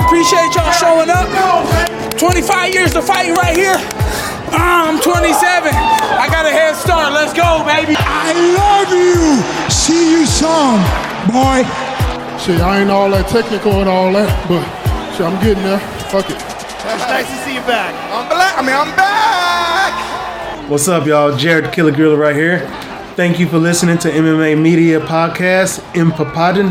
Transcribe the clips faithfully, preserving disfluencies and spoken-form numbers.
appreciate y'all showing up. twenty-five years to fight right here. I'm twenty-seven. I got a head start. Let's go, baby. I love you. See you soon, boy. Shit, I ain't all that technical and all that, but shit, I'm getting there. Fuck it. It's nice to see you back. I'm black. I mean, I'm back. What's up, y'all? Jared Killer Gorilla right here. Thank you for listening to M M A Media Podcast, Impapaden.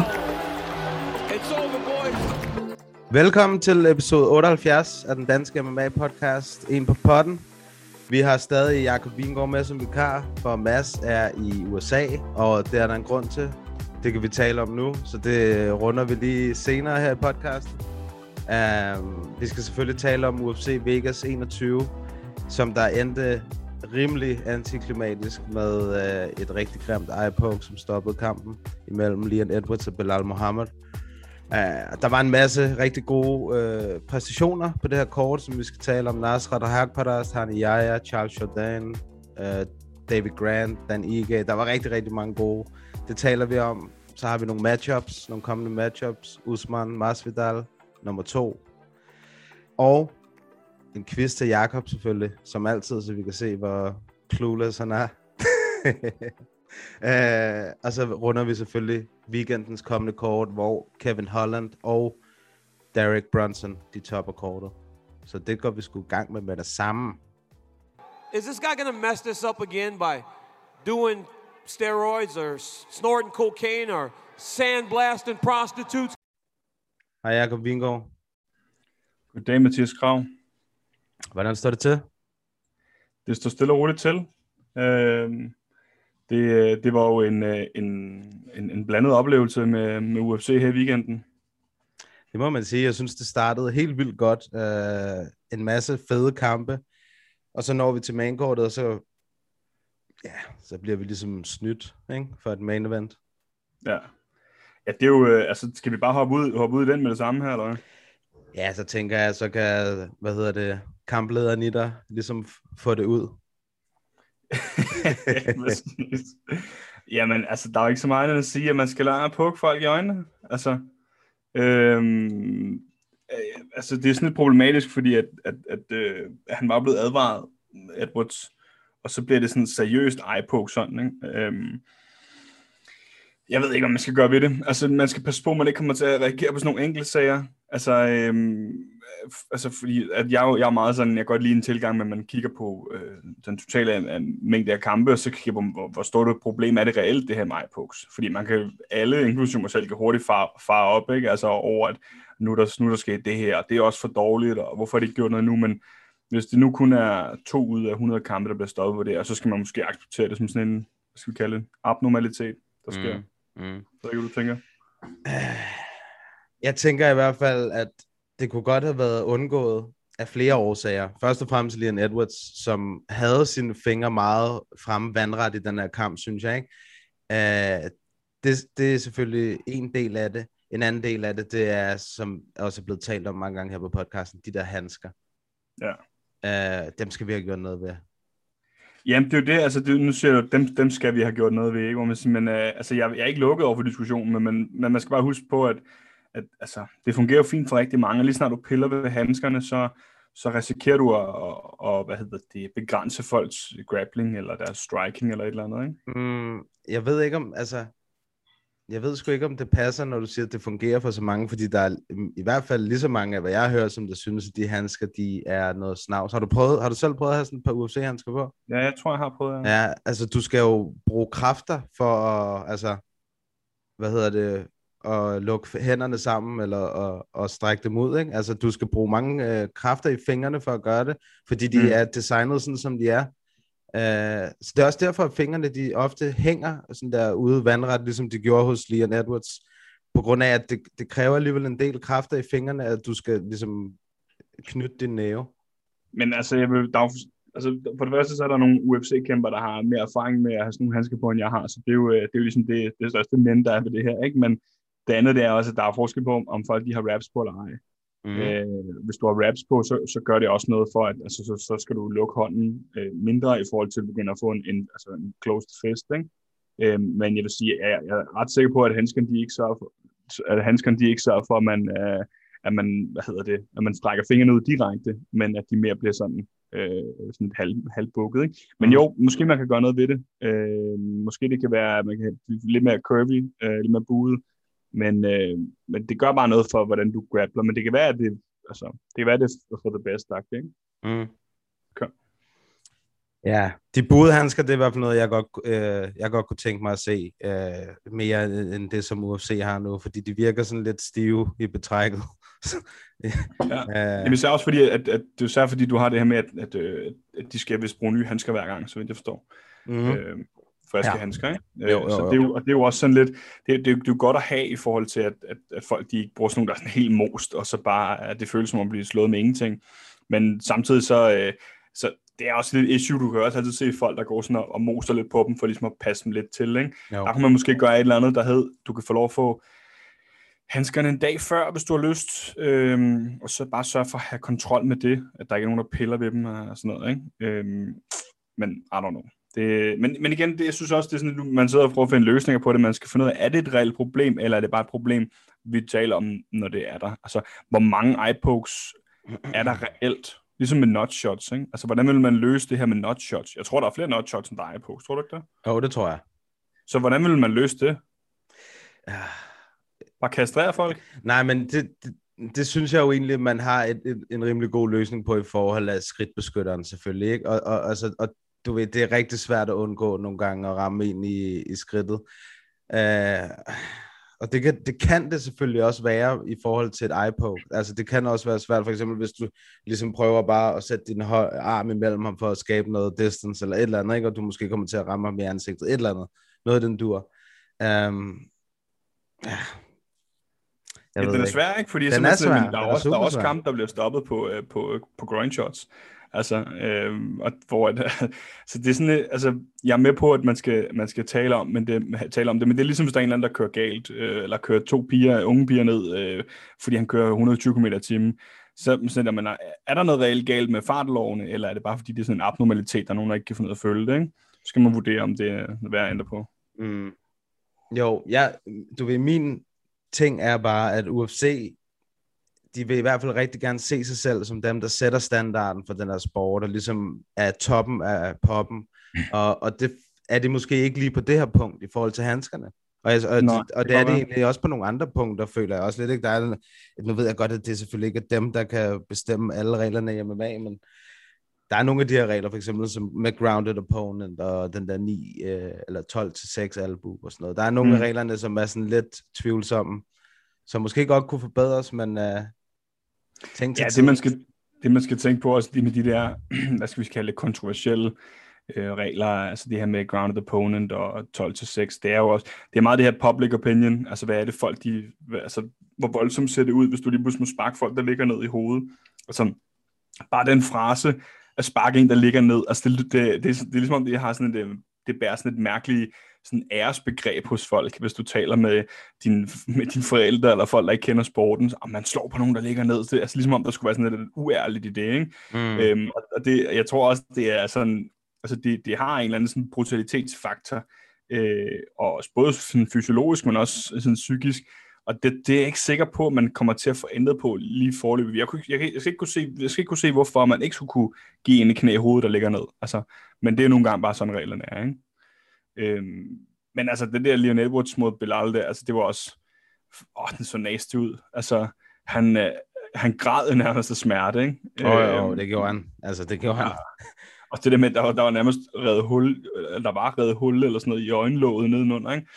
Velkommen til episode otteoghalvfjerds af den danske M M A podcast, En på potten. Vi har stadig Jakob Vingård med som vikar, for Mads er i U S A, og det er der en grund til. Det kan vi tale om nu, så det runder vi lige senere her i podcasten. Um, vi skal selvfølgelig tale om U F C Vegas enogtyve, som der endte rimelig antiklimatisk med uh, et rigtig grimt eye poke, som stoppede kampen imellem Leon Edwards og Belal Muhammad. Uh, der var en masse rigtig gode uh, præstationer på det her kort, som vi skal tale om. Nasrat Haqparast, Hani Yahya, Charles Jourdain, uh, David Grant, Dan Ige. Der var rigtig, rigtig mange gode. Det taler vi om. Så har vi nogle matchups, nogle kommende matchups. Usman Masvidal, nummer to. Og en quiz til Jakob selvfølgelig, som altid, så vi kan se, hvor clueless han er. uh, og så runder vi selvfølgelig weekendens kommende kort, hvor Kevin Holland og Derek Brunson, de topper kortet. Så det går vi sgu i gang med med det samme. Is this guy gonna mess this up again by doing steroids or snorting cocaine or sandblasting prostitutes? Hej Jakob Vingård. Goddag Mathias Krav. Hvordan står det til? Det står stille og roligt til. Øh, det, det var jo en, en, en, en blandet oplevelse med, med U F C her i weekenden. Det må man sige. Jeg synes, det startede helt vildt godt. Øh, en masse fede kampe. Og så når vi til mainkortet, og så, ja, så bliver vi ligesom snydt, ikke? For et main event. Ja. Ja, det er jo, altså, skal vi bare hoppe ud, hoppe ud i den med det samme her, eller hvad? Ja, så tænker jeg, så kan, hvad hedder det, kamplederen i dig ligesom få det ud. Jamen, altså, der er jo ikke så meget at sige, at man skal lade at pukke folk i øjnene. Altså, øhm, øh, altså, det er sådan lidt problematisk, fordi at, at, at, øh, at han var blevet advaret, Edwards, og så bliver det sådan seriøst eye-poke sådan, ikke? Øhm, jeg ved ikke, hvad man skal gøre ved det. Altså, man skal passe på, at man ikke kommer til at reagere på sådan nogle enkelte sager. Altså, øhm, altså fordi at jeg, jeg er meget sådan, jeg kan godt lide en tilgang, men man kigger på øh, den totale af, mængde af kampe, og så kigger på, hvor, hvor stort et problem er det reelt, det her med eye-pokes. Fordi man kan, alle, inklusive mig selv, kan hurtigt fare, fare op, ikke? Altså over, at nu der, nu der sker det her, det er også for dårligt, og hvorfor har de ikke gjort noget nu, men hvis det nu kun er to ud af hundrede kampe, der bliver stoppet på det, og så skal man måske acceptere det som sådan en, hvad skal vi kalde det, abnormalitet, der sker. Mm, mm. Så ikke, hvad du tænker? Jeg tænker i hvert fald, at det kunne godt have været undgået af flere årsager. Først og fremmest Leon Edwards, som havde sine fingre meget fremme vandret i den her kamp, synes jeg, ikke? Uh, det, det er selvfølgelig en del af det. En anden del af det, det er, som også er blevet talt om mange gange her på podcasten, de der handsker. Ja. Uh, dem skal vi have gjort noget ved. Jamen, det er jo det, altså, det, nu siger du, dem, dem skal vi have gjort noget ved, ikke? Men uh, altså, jeg, jeg er ikke lukket over for diskussionen, men, men, men man skal bare huske på, at at altså, det fungerer jo fint for rigtig mange, og lige snart du piller ved handskerne, så, så risikerer du at, at, at hvad hedder det, begrænse folks grappling, eller deres striking, eller et eller andet, ikke? Mm, jeg ved ikke om, altså, jeg ved sgu ikke, om det passer, når du siger, at det fungerer for så mange, fordi der er i hvert fald lige så mange af, hvad jeg har hørt, som der synes, at de handsker, de er noget snavs. Har du prøvet, har du selv prøvet at have sådan et par U F C-handsker på? Ja, jeg tror, jeg har prøvet, ja. Ja, altså, du skal jo bruge kræfter for at, altså, hvad hedder det, og lukke hænderne sammen, eller og, og strække dem ud, ikke? Altså, du skal bruge mange øh, kræfter i fingrene for at gøre det, fordi de mm. er designet sådan, som de er. Uh, så det er også derfor, at fingrene, de ofte hænger sådan der ude vandret, ligesom de gjorde hos Leon Edwards, på grund af, at det, det kræver alligevel en del kræfter i fingrene, at du skal ligesom knytte din næve. Men altså, jeg vil, der er, altså, for det første, så er der nogle U F C-kæmper, der har mere erfaring med at have sådan nogle handsker på, end jeg har, så det er jo, det er jo ligesom det, det største men, der er ved det her, ikke? Men det andet, det er også, at der er forskel på, om folk de har wraps på eller ej. Mm. Øh, hvis du har wraps på, så, så gør det også noget for, at altså, så, så skal du lukke hånden øh, mindre i forhold til at begynde at få en, en, altså en closed fist, ikke? Øh, men jeg vil sige, at jeg, jeg er ret sikker på, at handskerne de ikke sørger for, at handskerne de ikke sørger for, at man, øh, at man, hvad hedder det, at man strækker fingrene ud direkte, men at de mere bliver sådan, øh, sådan et halv, halvbukket, ikke? Men jo, måske man kan gøre noget ved det. Øh, måske det kan være, at man kan have lidt mere curvy, øh, lidt mere buet, men, øh, men det gør bare noget for, hvordan du grappler, men det kan være, at det, altså, det kan være, at det er for det bedste, ikke? Mm. Okay. Ja, de buede handsker, det er i hvert fald noget, jeg godt, øh, jeg godt kunne tænke mig at se øh, mere end det, som U F C har nu, fordi de virker sådan lidt stive i betrækket. Ja. Jamen, det er også fordi, at, at det er særligt fordi, du har det her med, at, at, at de skal vist bruge nye handsker hver gang, så vidt jeg forstår. Mm-hmm. Øh, friske ja. handsker, ikke? Jo, jo, jo. Så det er jo, og det er jo også sådan lidt, det, det, det er jo godt at have i forhold til, at, at, at folk de ikke bruger sådan nogle, der er sådan helt most, og så bare, at det føles som at blive slået med ingenting. Men samtidig så, øh, så det er også lidt issue, du kan også altid se folk, der går sådan og, og moster lidt på dem, for ligesom at passe dem lidt til, ikke? Der kan man måske gøre et eller andet, der hed, du kan få lov at få handskerne en dag før, hvis du har lyst, øhm, og så bare sørge for at have kontrol med det, at der ikke er nogen, der piller ved dem og sådan noget, ikke? Øhm, men I don't know. Det, men, men igen, det, jeg synes også, det er sådan, at man sidder og prøver at finde løsninger på det, man skal finde ud af, er det et reelt problem, eller er det bare et problem, vi taler om, når det er der? Altså, hvor mange eye pokes er der reelt? Ligesom med nutshots, ikke? Altså, hvordan vil man løse det her med nutshots? Jeg tror, der er flere nutshots, end der er eye pokes. Tror du ikke det? Jo, det tror jeg. Så hvordan vil man løse det? Bare kastrere folk? Nej, men det, det, det synes jeg jo egentlig, man har et, et, en rimelig god løsning på i forhold af skridtbeskytteren selvfølgelig, ikke? Og, og, altså, og du ved, det er rigtig svært at undgå nogle gange at ramme ind i, i skridtet. Uh, og det kan, det kan det selvfølgelig også være i forhold til et eye poke. Altså det kan også være svært, for eksempel hvis du ligesom prøver bare at sætte din arm imellem ham for at skabe noget distance eller et eller andet, ikke? Og du måske kommer til at ramme ham i ansigtet, et eller andet. Noget af den dur. Um, ja. Ja, den er svær, ikke? Fordi den er svær. Der er, er også, der er også kamp, der bliver stoppet på, på, på, på groin shots. Altså, øh, og hvor at, så det er sådan, altså, jeg er med på, at man skal, man skal tale om, men det, tale om det, men det er ligesom, hvis der er en eller anden, der kører galt, øh, eller kører to piger, unge piger ned, øh, fordi han kører et hundrede og tyve kilometer i timen, så sådan, man, er der noget reelt galt med fartlovene, eller er det bare, fordi det er sådan en abnormalitet, der er nogen, der ikke kan finde ud af at følge det, ikke? Så skal man vurdere, om det er værd at ændre på. Mm. Jo, ja, du ved, min ting er bare, at U F C, de vil i hvert fald rigtig gerne se sig selv som dem, der sætter standarden for den her sport, og ligesom er toppen af poppen. Og, og det er det måske ikke lige på det her punkt i forhold til handskerne. Og, og, Nå, og det, det er det egentlig også på nogle andre punkter, føler jeg også lidt. Ikke? Der er, nu ved jeg godt, at det selvfølgelig ikke er dem, der kan bestemme alle reglerne i M M A, men der er nogle af de her regler, for eksempel som med grounded opponent, og den der ni øh, eller tolv til seks albu og sådan noget. Der er nogle mm. af reglerne, som er sådan lidt tvivlsomme, som måske godt kunne forbedres, men øh, tænk til ja, det man, skal, det man skal tænke på også, de med de der, hvad skal vi kalde det, kontroversielle øh, regler, altså det her med grounded opponent og tolv til seks, det er jo også, det er meget det her public opinion, altså hvad er det folk, de, altså hvor voldsomt ser det ud, hvis du lige pludselig må sparke folk, der ligger ned i hovedet, altså bare den frase, at sparke en, der ligger ned, altså det, det, det, det, det er ligesom om, det har sådan et, det bærer sådan et mærkeligt sådan æresbegreb hos folk, hvis du taler med dine med din forældre, eller folk, der ikke kender sporten, og man slår på nogen, der ligger ned, det er altså ligesom om, der skulle være sådan lidt uærligt i det, ikke? Mm. Øhm, og det, jeg tror også, det er sådan, altså det, det har en eller anden sådan brutalitetsfaktor, øh, og både sådan fysiologisk, men også sådan psykisk, og det, det er jeg ikke sikker på, at man kommer til at få ændret på lige forløbet. Jeg, jeg, jeg, jeg, skal ikke kunne se, jeg skal ikke kunne se, hvorfor man ikke skulle kunne give en i knæ i hovedet, der ligger ned. Altså, men det er nogle gange bare sådan, reglerne er, ikke? Øhm, men altså, det der Leon Edwards mod Belal der, altså, det var også, åh, den så nasty ud. Altså, han, øh, han græd nærmest af smerte, ikke? Åh, oh, jo, øhm, det gjorde han. Altså, det gjorde ja. han. Og det der med, der var, der var nærmest reddet hul, der var reddet hul eller sådan noget i øjenlåget nedenunder, ikke?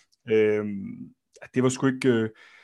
Øhm, det var sgu ikke øh,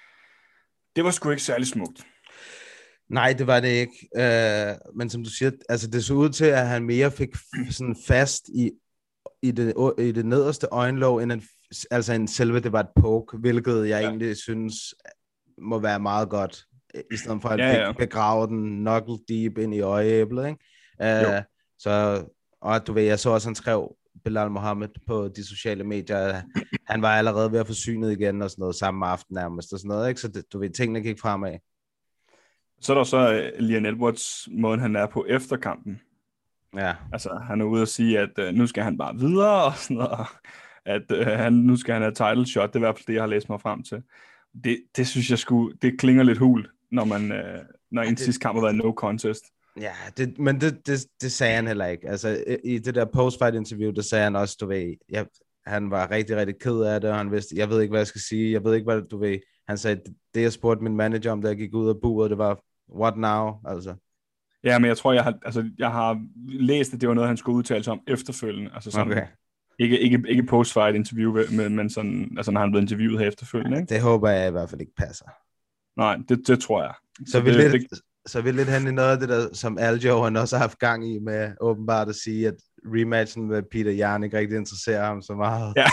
det var sgu ikke særlig smukt. Nej, det var det ikke. Øh, men som du siger, altså det så ud til, at han mere fik sådan fast i, i, det, i det nederste øjenlåg, end en, altså en selve, det var et poke, hvilket jeg ja. egentlig synes må være meget godt, i stedet for at ja, ja. begrave den knuckle deep ind i øjeæblet, ikke? Øh, så, og du ved, jeg så også, han skrev Belal Muhammad på de sociale medier, han var allerede ved at få synet igen og sådan noget samme aften nærmest og sådan noget, ikke? Så det, du ved, tingene gik fremad. Så er der så uh, Leon Edwards måden, han er på efter kampen. Ja. Altså, han er ude at sige, at uh, nu skal han bare videre og sådan noget, at uh, han, nu skal han have title shot, det er i hvert fald det, jeg har læst mig frem til. Det, det synes jeg sgu, det klinger lidt hult. når man øh, når ja, ens sidste kamp har været no contest. Ja, det, men det, det, det sagde han heller ikke. Altså, i det der post-fight-interview, der sagde han også, du ved, jeg, han var rigtig, rigtig ked af det, og han vidste, jeg ved ikke, hvad jeg skal sige, jeg ved ikke, hvad du ved. Han sagde, det jeg spurgte min manager om, da jeg gik ud af buret, det var, what now, altså. Ja, men jeg tror, jeg har, altså, jeg har læst, at det var noget, han skulle udtale sig om efterfølgende. Altså sådan, okay. Ikke, ikke, ikke post-fight-interview, men, men sådan, altså, når han blev interviewet her efterfølgende. Ikke? Det håber jeg i hvert fald ikke passer. Nej, det, det tror jeg. Så, så, vi det, lidt, det... så vi lidt hen i noget af det der, som Aljo han også har haft gang i med åbenbart at sige, at rematchen med Peter Yan ikke rigtig interesserer ham så meget. Ja,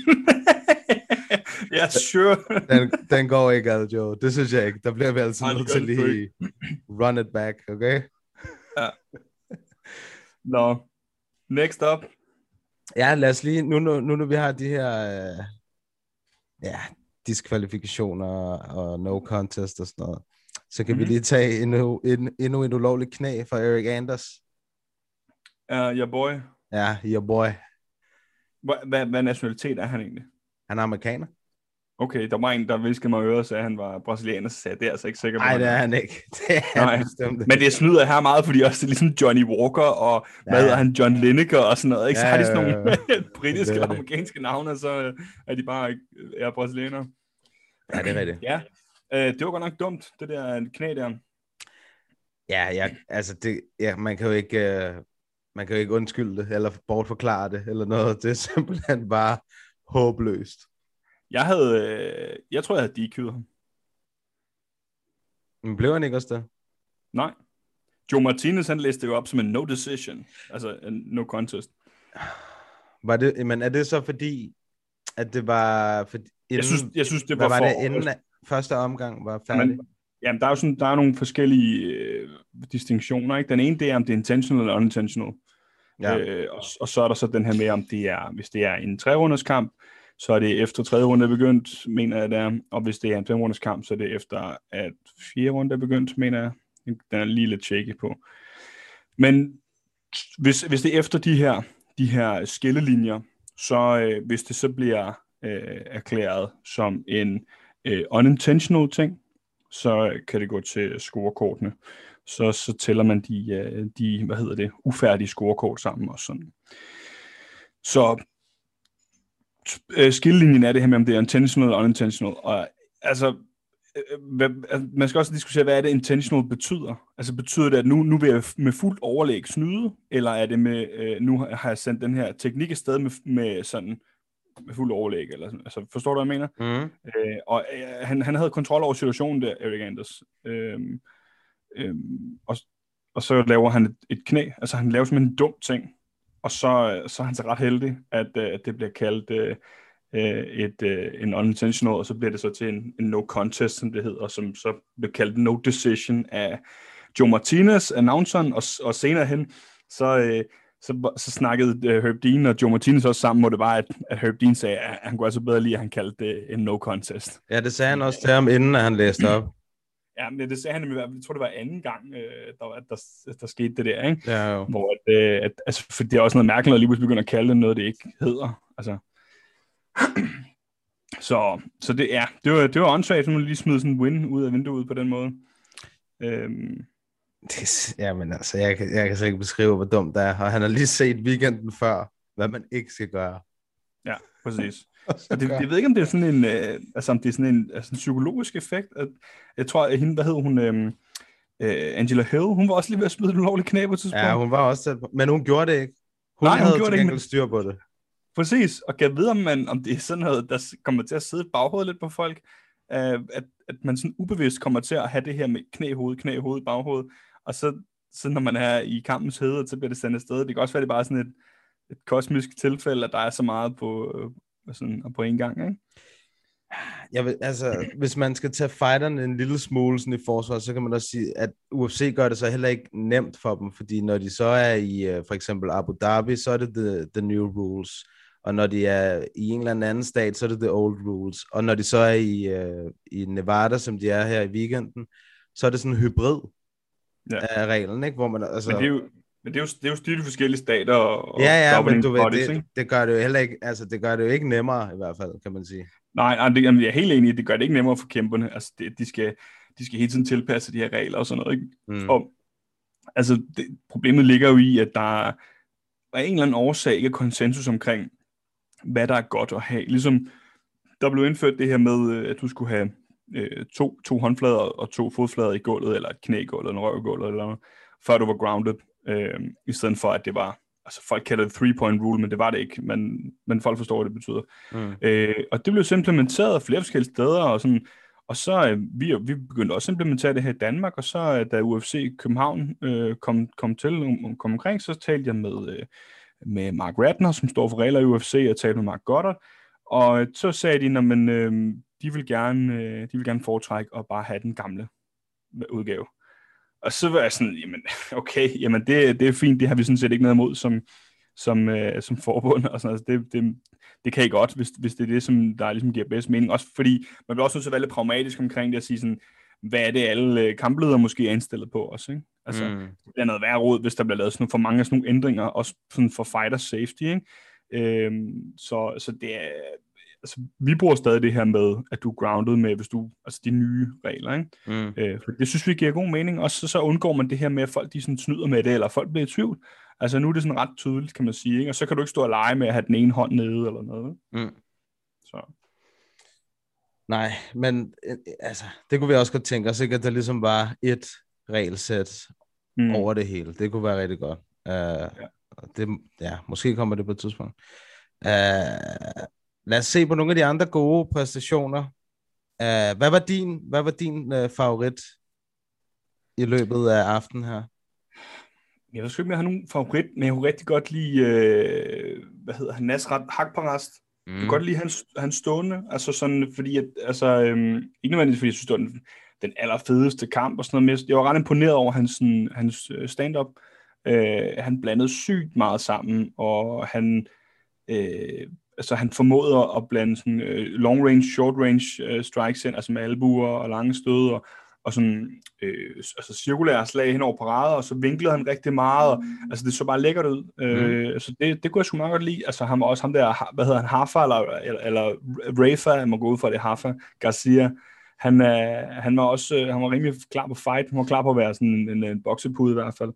ja sure. den, den går ikke, Aljo. Det synes jeg ikke. Der bliver vi altså nødt til lige run it back, okay? Ja. Nå, no. Next up. Ja, lad os lige, nu, nu, nu når vi har de her øh, ja, diskvalifikationer og no contest og sådan noget, så kan mm-hmm. vi lige tage endnu, en, endnu et ulovligt knæ fra Eryk Anders. Ja, uh, your boy. Ja, your boy. Hvad, hvad, hvad nationalitet er han egentlig? Han er amerikaner. Okay, der var en, der viskede mig øret og sagde, at han var brasilianer, så sagde jeg, det er altså ikke sikker på. Nej, det er han ikke. Det er Nej. Bestemt. Men det snyder her meget, fordi også det er ligesom Johnny Walker, og ja. Hvad hedder han, John Lineker og sådan noget, ikke? Så ja, har de sådan nogle ja, britiske eller amerikanske navne, og så er de bare er brasilianere. Ja, det er rigtigt. Ja, øh, det var godt nok dumt, det der knæ der. Ja, ja altså, det, ja, man kan jo ikke, uh, man kan jo ikke undskylde det, eller bortforklare det, eller noget. Det er simpelthen bare håbløst. Jeg havde, øh, jeg tror, jeg havde D Q'et ham. Men blev han ikke også der? Nej. Joe Martinez, han læste det jo op som en no decision. Altså en no contest. Var det, men er det så fordi, at det var... For, inden, jeg, synes, jeg synes, det var, var for... det inden første omgang var færdig? Men, jamen, der er jo sådan, der er nogle forskellige øh, distinktioner, ikke? Den ene, det er, om det er intentional eller unintentional. Ja. Øh, og, og så er der så den her med, om det er, hvis det er en tre-runders kamp, så er det efter tredje runde er begyndt, mener jeg det er. Og hvis det er en fem runders kamp, så er det efter, at fjerde runde er begyndt, mener jeg. Den er lige lidt shaky på. Men hvis, hvis det er efter de her, de her skillelinjer, så øh, hvis det så bliver øh, erklæret som en øh, unintentional ting, så kan det gå til scorekortene. Så, så tæller man de, øh, de, hvad hedder det, ufærdige scorekort sammen og sådan. Så skillelinjen er det her med, om det er intentional eller unintentional. Og altså, hvad, man skal også diskutere, hvad er det intentional betyder. Altså betyder det, at nu, nu vil jeg med fuldt overlæg snyde, eller er det med, øh, nu har jeg sendt den her teknik afsted med, med sådan, med fuld overlæg, eller sådan. Altså forstår du, hvad jeg mener? Mm. Øh, og øh, han, han havde kontrol over situationen der, Eryk Anders. Øh, øh, og, og så laver han et, et knæ, altså han laver simpelthen en dum ting, og så, så er han så ret heldig, at, at det bliver kaldt uh, et, uh, en unintentional, og så bliver det så til en, en no contest, som det hedder, som så bliver kaldt no decision af Joe Martinez, announceren, og, og senere hen, så, uh, så, så snakkede uh, Herb Dean og Joe Martinez også sammen, hvor det var, at, at Herb Dean sagde, at han kunne altså bedre lide, at han kaldte det en no contest. Ja, det sagde han også til ham, inden han læste op. Ja, men det sagde han i hvert fald, jeg tror, det var anden gang, øh, der, der, der skete det der, ikke? Ja, jo. Hvor at, øh, at, altså, for det er også noget mærkeligt, at lige pludselig begynder at kalde det noget, det ikke hedder. Altså. så, så det, ja, det var, det var åndssvagt, at man lige smider sådan en win ud af vinduet på den måde. Øhm. Det, ja, men altså, jeg, jeg kan så ikke beskrive, hvor dumt det er, og han har lige set weekenden før, hvad man ikke skal gøre. Ja, præcis. Det, jeg ved ikke, om det er sådan en, øh, altså, om det er sådan en, altså en psykologisk effekt. At, jeg tror, at hende, hvad hed hun, øh, øh, Angela Hill, hun var også lige ved at smide et ulovligt knæ på et tidspunkt. Ja, hun var også, men hun gjorde det ikke. Hun Nej, hun havde gjorde til det ikke. styr på det. Præcis, og kan jeg vide, om, man, om det er sådan noget, der kommer til at sidde baghovedet lidt på folk, øh, at, at man sådan ubevidst kommer til at have det her med knæ, hoved, knæ, hoved, baghoved, og så, så når man er i kampens hede, så bliver det sendt afsted. Det kan også være, det er bare sådan et, et kosmisk tilfælde, at der er så meget på... Øh, sådan, og på en gang, ikke? Jeg vil, altså, hvis man skal tage fighterne en lille smule sådan i forsvar, så kan man også sige, at U F C gør det så heller ikke nemt for dem, fordi når de så er i uh, for eksempel Abu Dhabi, så er det the, the new rules, og når de er i en eller anden stat, så er det the old rules, og når de så er i, uh, i Nevada, som de er her i weekenden, så er det sådan en hybrid ja. af reglen, ikke? Hvor man, altså... Men det er jo Men det er jo, det er jo styrt i forskellige stater og ja, ja, men du ved, bodies, det, det gør det jo heller ikke, altså det gør det jo ikke nemmere i hvert fald, kan man sige. Nej, nej det, jeg er helt enig i, det gør det ikke nemmere for kæmperne. Altså det, de skal, de skal hele tiden tilpasse de her regler og sådan noget, ikke? Mm. Og altså, det, problemet ligger jo i, at der er en eller anden årsag ikke er konsensus omkring, hvad der er godt at have. Ligesom, der blev indført det her med, at du skulle have øh, to, to håndflader og to fodflader i gulvet, eller et knæ i gulvet, eller en røv i gulvet, eller noget, før du var grounded, øh, i stedet for, at det var, altså folk kalder det three-point rule, men det var det ikke, men, men folk forstår, hvad det betyder. Mm. Øh, og det blev så implementeret flere forskellige steder, og sådan, og så øh, vi, vi begyndte også at implementere det her i Danmark, og så da U F C København øh, kom, kom til, um, kom omkring, så talte jeg med, øh, med Mark Ratner, som står for regler i U F C, og talte med Mark Goddard, og så sagde de, at øh, de vil gerne, øh, de vil gerne foretrække at bare have den gamle udgave. Og så var jeg sådan, jamen okay, jamen det, det er fint, det har vi sådan set ikke noget imod som, som, øh, som forbund, og sådan, altså det, det, det kan I godt, hvis, hvis det er det, som der ligesom giver bedst mening. Også fordi, man bliver også nødt til at være lidt pragmatisk omkring det, at sige sådan, hvad er det alle øh, kampledere måske er indstillet på også, ikke? Altså, mm. det er noget værre råd, hvis der bliver lavet sådan for mange af sådan nogle ændringer, også sådan for fighter safety, ikke? Øhm, så, så det er, altså, vi bruger stadig det her med, at du er grounded med, hvis du, altså de nye regler, ikke? Mm. Øh, for det synes vi giver god mening, og så, så undgår man det her med, at folk de sådan snyder med det, eller folk bliver i tvivl. Altså nu er det sådan ret tydeligt, kan man sige, ikke? Og så kan du ikke stå og lege med at have den ene hånd nede, eller noget. Mm. Så. Nej, men altså, det kunne vi også godt tænke os, ikke, at der ligesom var et regelsæt mm. over det hele. Det kunne være rigtig godt. Uh, ja. Det, ja, måske kommer det på et tidspunkt. Uh, lad os se på nogle af de andre gode præstationer. Uh, hvad var din, hvad var din uh, favorit i løbet af aftenen her? Jeg ved sgu ikke, om jeg har nogen favorit, men jeg kunne rigtig godt lide, øh, hvad hedder han, Nasrat Haqparast. Mm. Jeg kunne godt lide hans, hans stående, altså sådan, fordi, at, altså, øhm, ikke nødvendigvis, fordi jeg synes, det var den, den allerfedeste kamp og sådan noget, men jeg var ret imponeret over hans, sådan, hans stand-up. Øh, han blandede sygt meget sammen, og han, øh, altså, han formåede at blande sådan, øh, long range, short range øh, strikes ind, altså med albuer og lange stød, og og sådan øh, altså cirkulære slag hen over parade, og så vinklede han rigtig meget, og, altså det så bare lækkert ud, øh, mm. så det, det kunne jeg sgu meget godt lide, altså ham også ham der, hvad hedder han, Hafa, eller, eller, eller Rafa, jeg må gå ud fra det, Hafa Garcia, han, øh, han var også, øh, han var rimelig klar på fight, han var klar på at være sådan en, en, en boksepude i hvert fald.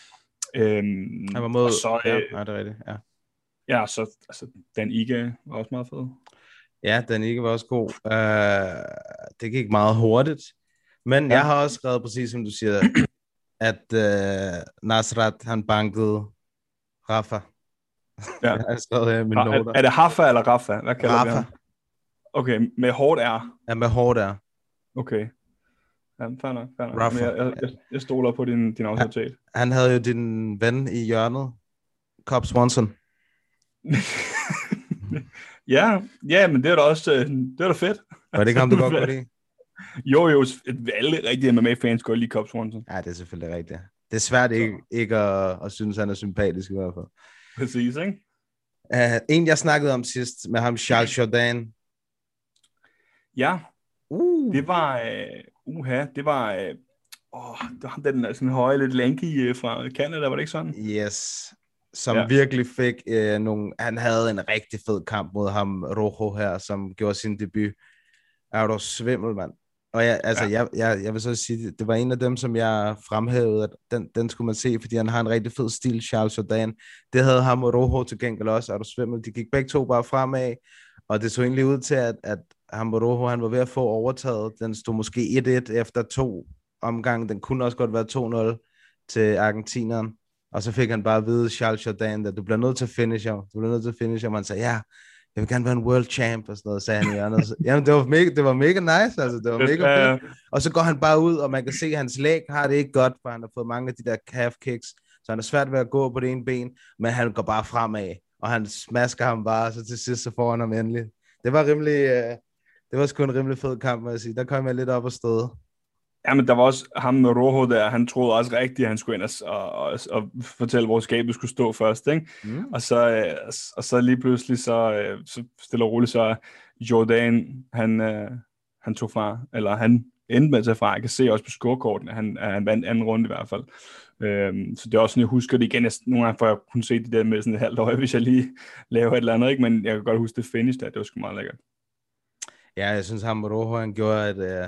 Øhm, han var mod, så, øh, ja, det er rigtigt, ja. Ja, så altså, Dan Ige var også meget fed. Ja, Dan Ige var også god, uh, det gik meget hurtigt. Men ja. Jeg har også skrevet præcis som du siger, at uh, Nasrat han bankede Rafa. Ja. Jeg har skrevet her i mine noter. Er, er det Hafa eller Rafa? Hvad kalder Rafa. Vi okay, med hårdt er. Ja, med hårdt er. Okay. Ja, fair nok, fair nok. Rafa. Jeg, jeg, jeg, jeg stoler på din, din autoritet. Han, han havde jo din ven i hjørnet, Cobb Swanson. ja, ja, men det er da også det er da fedt. Var det ikke ham, du godt kunne lide? Jo, jo, alle rigtige M M A-fans går lige Cobb Swanson. Ja, det er selvfølgelig rigtigt. Det er svært ikke, ikke at, at synes, han er sympatisk i hvert fald. Præcis, ikke? Uh, en, jeg snakkede om sidst med ham, Charles Jourdain. Ja, uh. det var, uh, uha, det var, uh, oh, det var ham, den sådan høje, lidt lanky uh, fra Canada, var det ikke sådan? Yes, som ja. virkelig fik uh, nogle, han havde en rigtig fed kamp mod ham, Rojo her, som gjorde sin debut. Er du svimmel, mand? Og jeg, altså, ja. jeg, jeg, jeg vil så sige, det var en af dem, som jeg fremhævede, at den, den skulle man se, fordi han har en rigtig fed stil, Charles Jourdain. Det havde ham og Rojo til gengæld også, er du svimmel? De gik begge to bare fremad, og det så egentlig ud til, at, at ham og Rojo, han var ved at få overtaget. Den stod måske et et efter to omgange. Den kunne også godt være to nul til argentineren. Og så fik han bare at vide, Charles Jourdain, at du bliver nødt til at finish ham. Du bliver nødt til at finish ham. Han sagde, ja, jeg vil gerne være en world champ, og sådan noget, sagde han i hjørnet. Jamen, det var mega, det var mega nice, altså, det var mega fedt. Og så går han bare ud, og man kan se, at hans læg har det ikke godt, for han har fået mange af de der calf kicks, så han er svært ved at gå på det ene ben, men han går bare fremad, og han smasker ham bare, så til sidst så får han ham endelig. Det var rimelig, øh, det var sgu en rimelig fed kamp, må jeg sige. Der kom jeg lidt op og støde. Ja, men der var også ham med Rojo der, han troede også rigtigt, at han skulle ind og, og, og, og fortælle, hvor skabet skulle stå først, ikke? Mm. Og, så, øh, og så lige pludselig, så, øh, så stille og roligt, så Jourdain, han, øh, han tog fra, eller han endte med at tage fra, jeg kan se også på scorekorten, at han, at han vandt anden runde i hvert fald. Øhm, så det er også sådan, jeg husker det igen, jeg, nogle gange får jeg kunne se det der med sådan et halvt øje, hvis jeg lige laver et eller andet, ikke? Men jeg kan godt huske det finish der, det var sgu meget lækkert. Ja, jeg synes, ham Rojo, han gjorde et... Øh...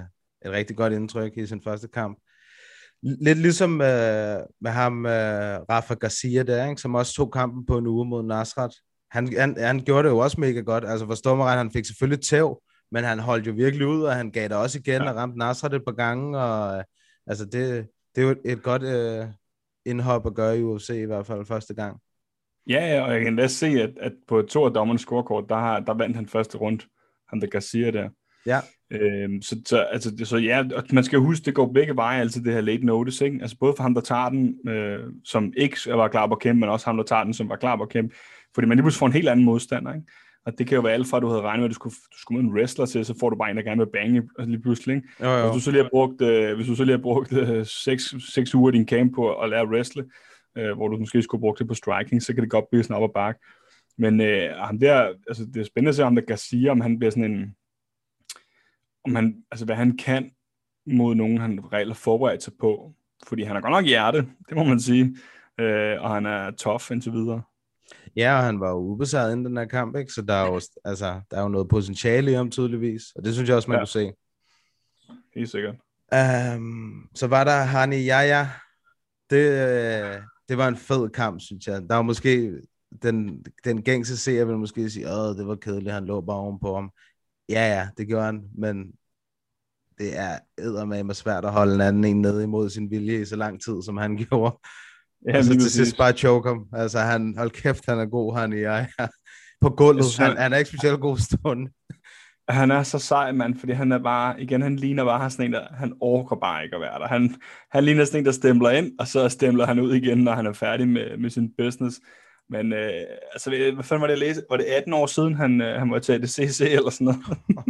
et rigtig godt indtryk i sin første kamp. Lidt ligesom øh, med ham, øh, Rafa Garcia der, ikke? Som også tog kampen på en uge mod Nasrat. Han, han, han gjorde det jo også mega godt. Altså for Stormeren, han fik selvfølgelig tæv, men han holdt jo virkelig ud, og han gav det også igen ja. og ramte Nasrat et par gange. Og, øh, altså det, det er jo et godt øh, indhop at gøre i U F C i hvert fald første gang. Ja, og jeg kan da se, at, at på to af dommernes scorekort, der, har, der vandt han første runde, ham der Garcia der. Ja. Øhm, så, så, altså, så ja, og man skal huske, det går begge veje, altså det her late notice, ikke? Altså både for ham, der tager den, øh, som ikke var klar på at kæmpe, men også ham, der tager den, som var klar på at kæmpe, fordi man lige pludselig får en helt anden modstander, ikke? Og det kan jo være alt fra, at du havde regnet med, at du skulle, du skulle møde en wrestler til, så får du bare en, der gerne vil bange lige pludselig, ikke? Jo, jo. Hvis du så lige har brugt, øh, hvis du så lige har brugt øh, seks, seks uger i din camp på at lære at wrestle, øh, hvor du måske skulle bruge det på striking, så kan det godt blive sådan op og bakke. Men øh, ham der, altså det er spændende at se, om der Garcia, om han bliver sådan en, om han, altså hvad han kan mod nogen, han reelt har forberedt sig på. Fordi han har godt nok hjerte, det må man sige. Øh, og han er tough indtil videre. Ja, og han var jo ubesejret inden den her kamp, ikke? Så der er jo, altså, der er jo noget potentiale i ham tydeligvis. Og det synes jeg også, man ja. kunne se. Helt sikkert. Um, så var der Hani Yahya. Det, det var en fed kamp, synes jeg. Der var måske den, den gængse seer vil måske sige, åh, det var kedeligt, han lå bare ovenpå ham. Ja, ja, det gjorde han, men det er eddermame svært at holde en anden en nede imod sin vilje i så lang tid, som han gjorde. Ja, og så til sidst bare choke ham. Altså, han, hold kæft, han er god, han i jeg. På gulvet, synes, han, han er ikke specielt god stående. Han er så sej, mand, fordi han er bare, igen, han ligner bare sådan en, der, han orker bare ikke at være der. Han, han ligner sådan en, der stempler ind, og så stempler han ud igen, når han er færdig med, med sin business. Men øh, altså, hvad fanden var det, jeg læste? Var det atten år siden, han, øh, han var til det C C eller sådan noget?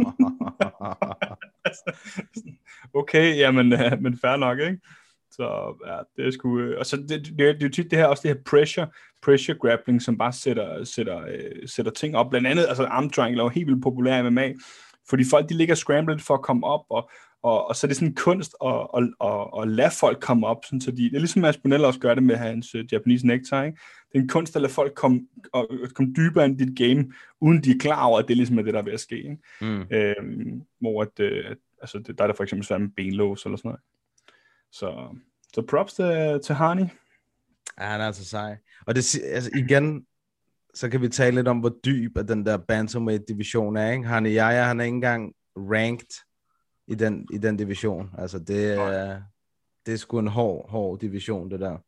Okay, jamen, øh, men fair nok, ikke? Så ja, det er sgu... Øh, og så det, det, det er jo tit det her, også det her pressure, pressure grappling, som bare sætter, sætter, øh, sætter ting op. Blandt andet, altså arm triangle er jo helt vildt populær i M M A, fordi folk, de ligger scrambled for at komme op, og, og, og så er det sådan en kunst at, at, at, at lade folk komme op, sådan, så de... Det er ligesom Aspinall også gør det med hans uh, Japanese necktie, ikke? Det er en kunst at lade folk komme, og, komme dybere ind i dit game, uden de er klar over, at det ligesom er det, der er ved at ske, ikke? Mm. Øhm, hvor at, øh, altså, det, der er der for eksempel svært med benlås eller sådan noget. Så, så props til, til Hani. Ja, han er altså sej. Og det, altså igen, så kan vi tale lidt om, hvor dyb at den der bantamweight-division er, ikke? Hani Yahya, han er ikke engang ranked i den, i den division. Altså, det er, det er sgu en hård, hård division, det der.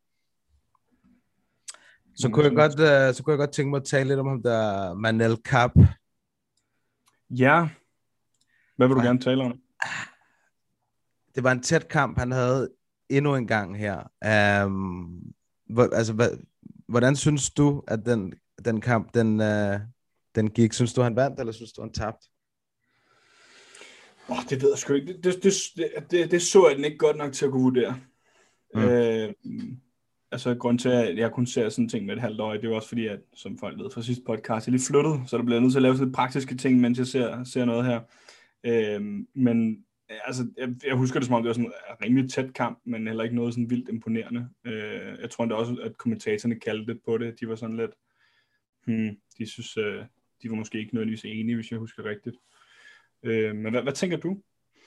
Så kunne, jeg godt, uh, så kunne jeg godt tænke mig at tale lidt om ham der Manel Kape. Ja. Hvad vil du ja. gerne tale om? Det var en tæt kamp, han havde endnu en gang her. Um, hvor, altså, hvad, hvordan synes du, at den, den kamp, den, uh, den gik? Synes du, han vandt, eller synes du, han tabte? Oh, det ved jeg sgu ikke. Det, det, det, det, det så jeg den ikke godt nok til at kunne vurdere. Mm. Øh, altså, grund til, at jeg kun ser sådan ting med et halvt år, det er jo også fordi, at, som folk ved fra sidste podcast, jeg er lige flyttet, så der bliver nødt til at lave sådan lidt praktiske ting, mens jeg ser, ser noget her. Øh, men altså, jeg, jeg husker det som om, det var sådan en rimelig tæt kamp, men heller ikke noget sådan vildt imponerende. Øh, jeg tror endda også, at kommentatorerne kaldte det på det. De var sådan lidt, hmm, de synes, øh, de var måske ikke nødvendigvis enige, hvis jeg husker rigtigt. Øh, men hvad, hvad tænker du?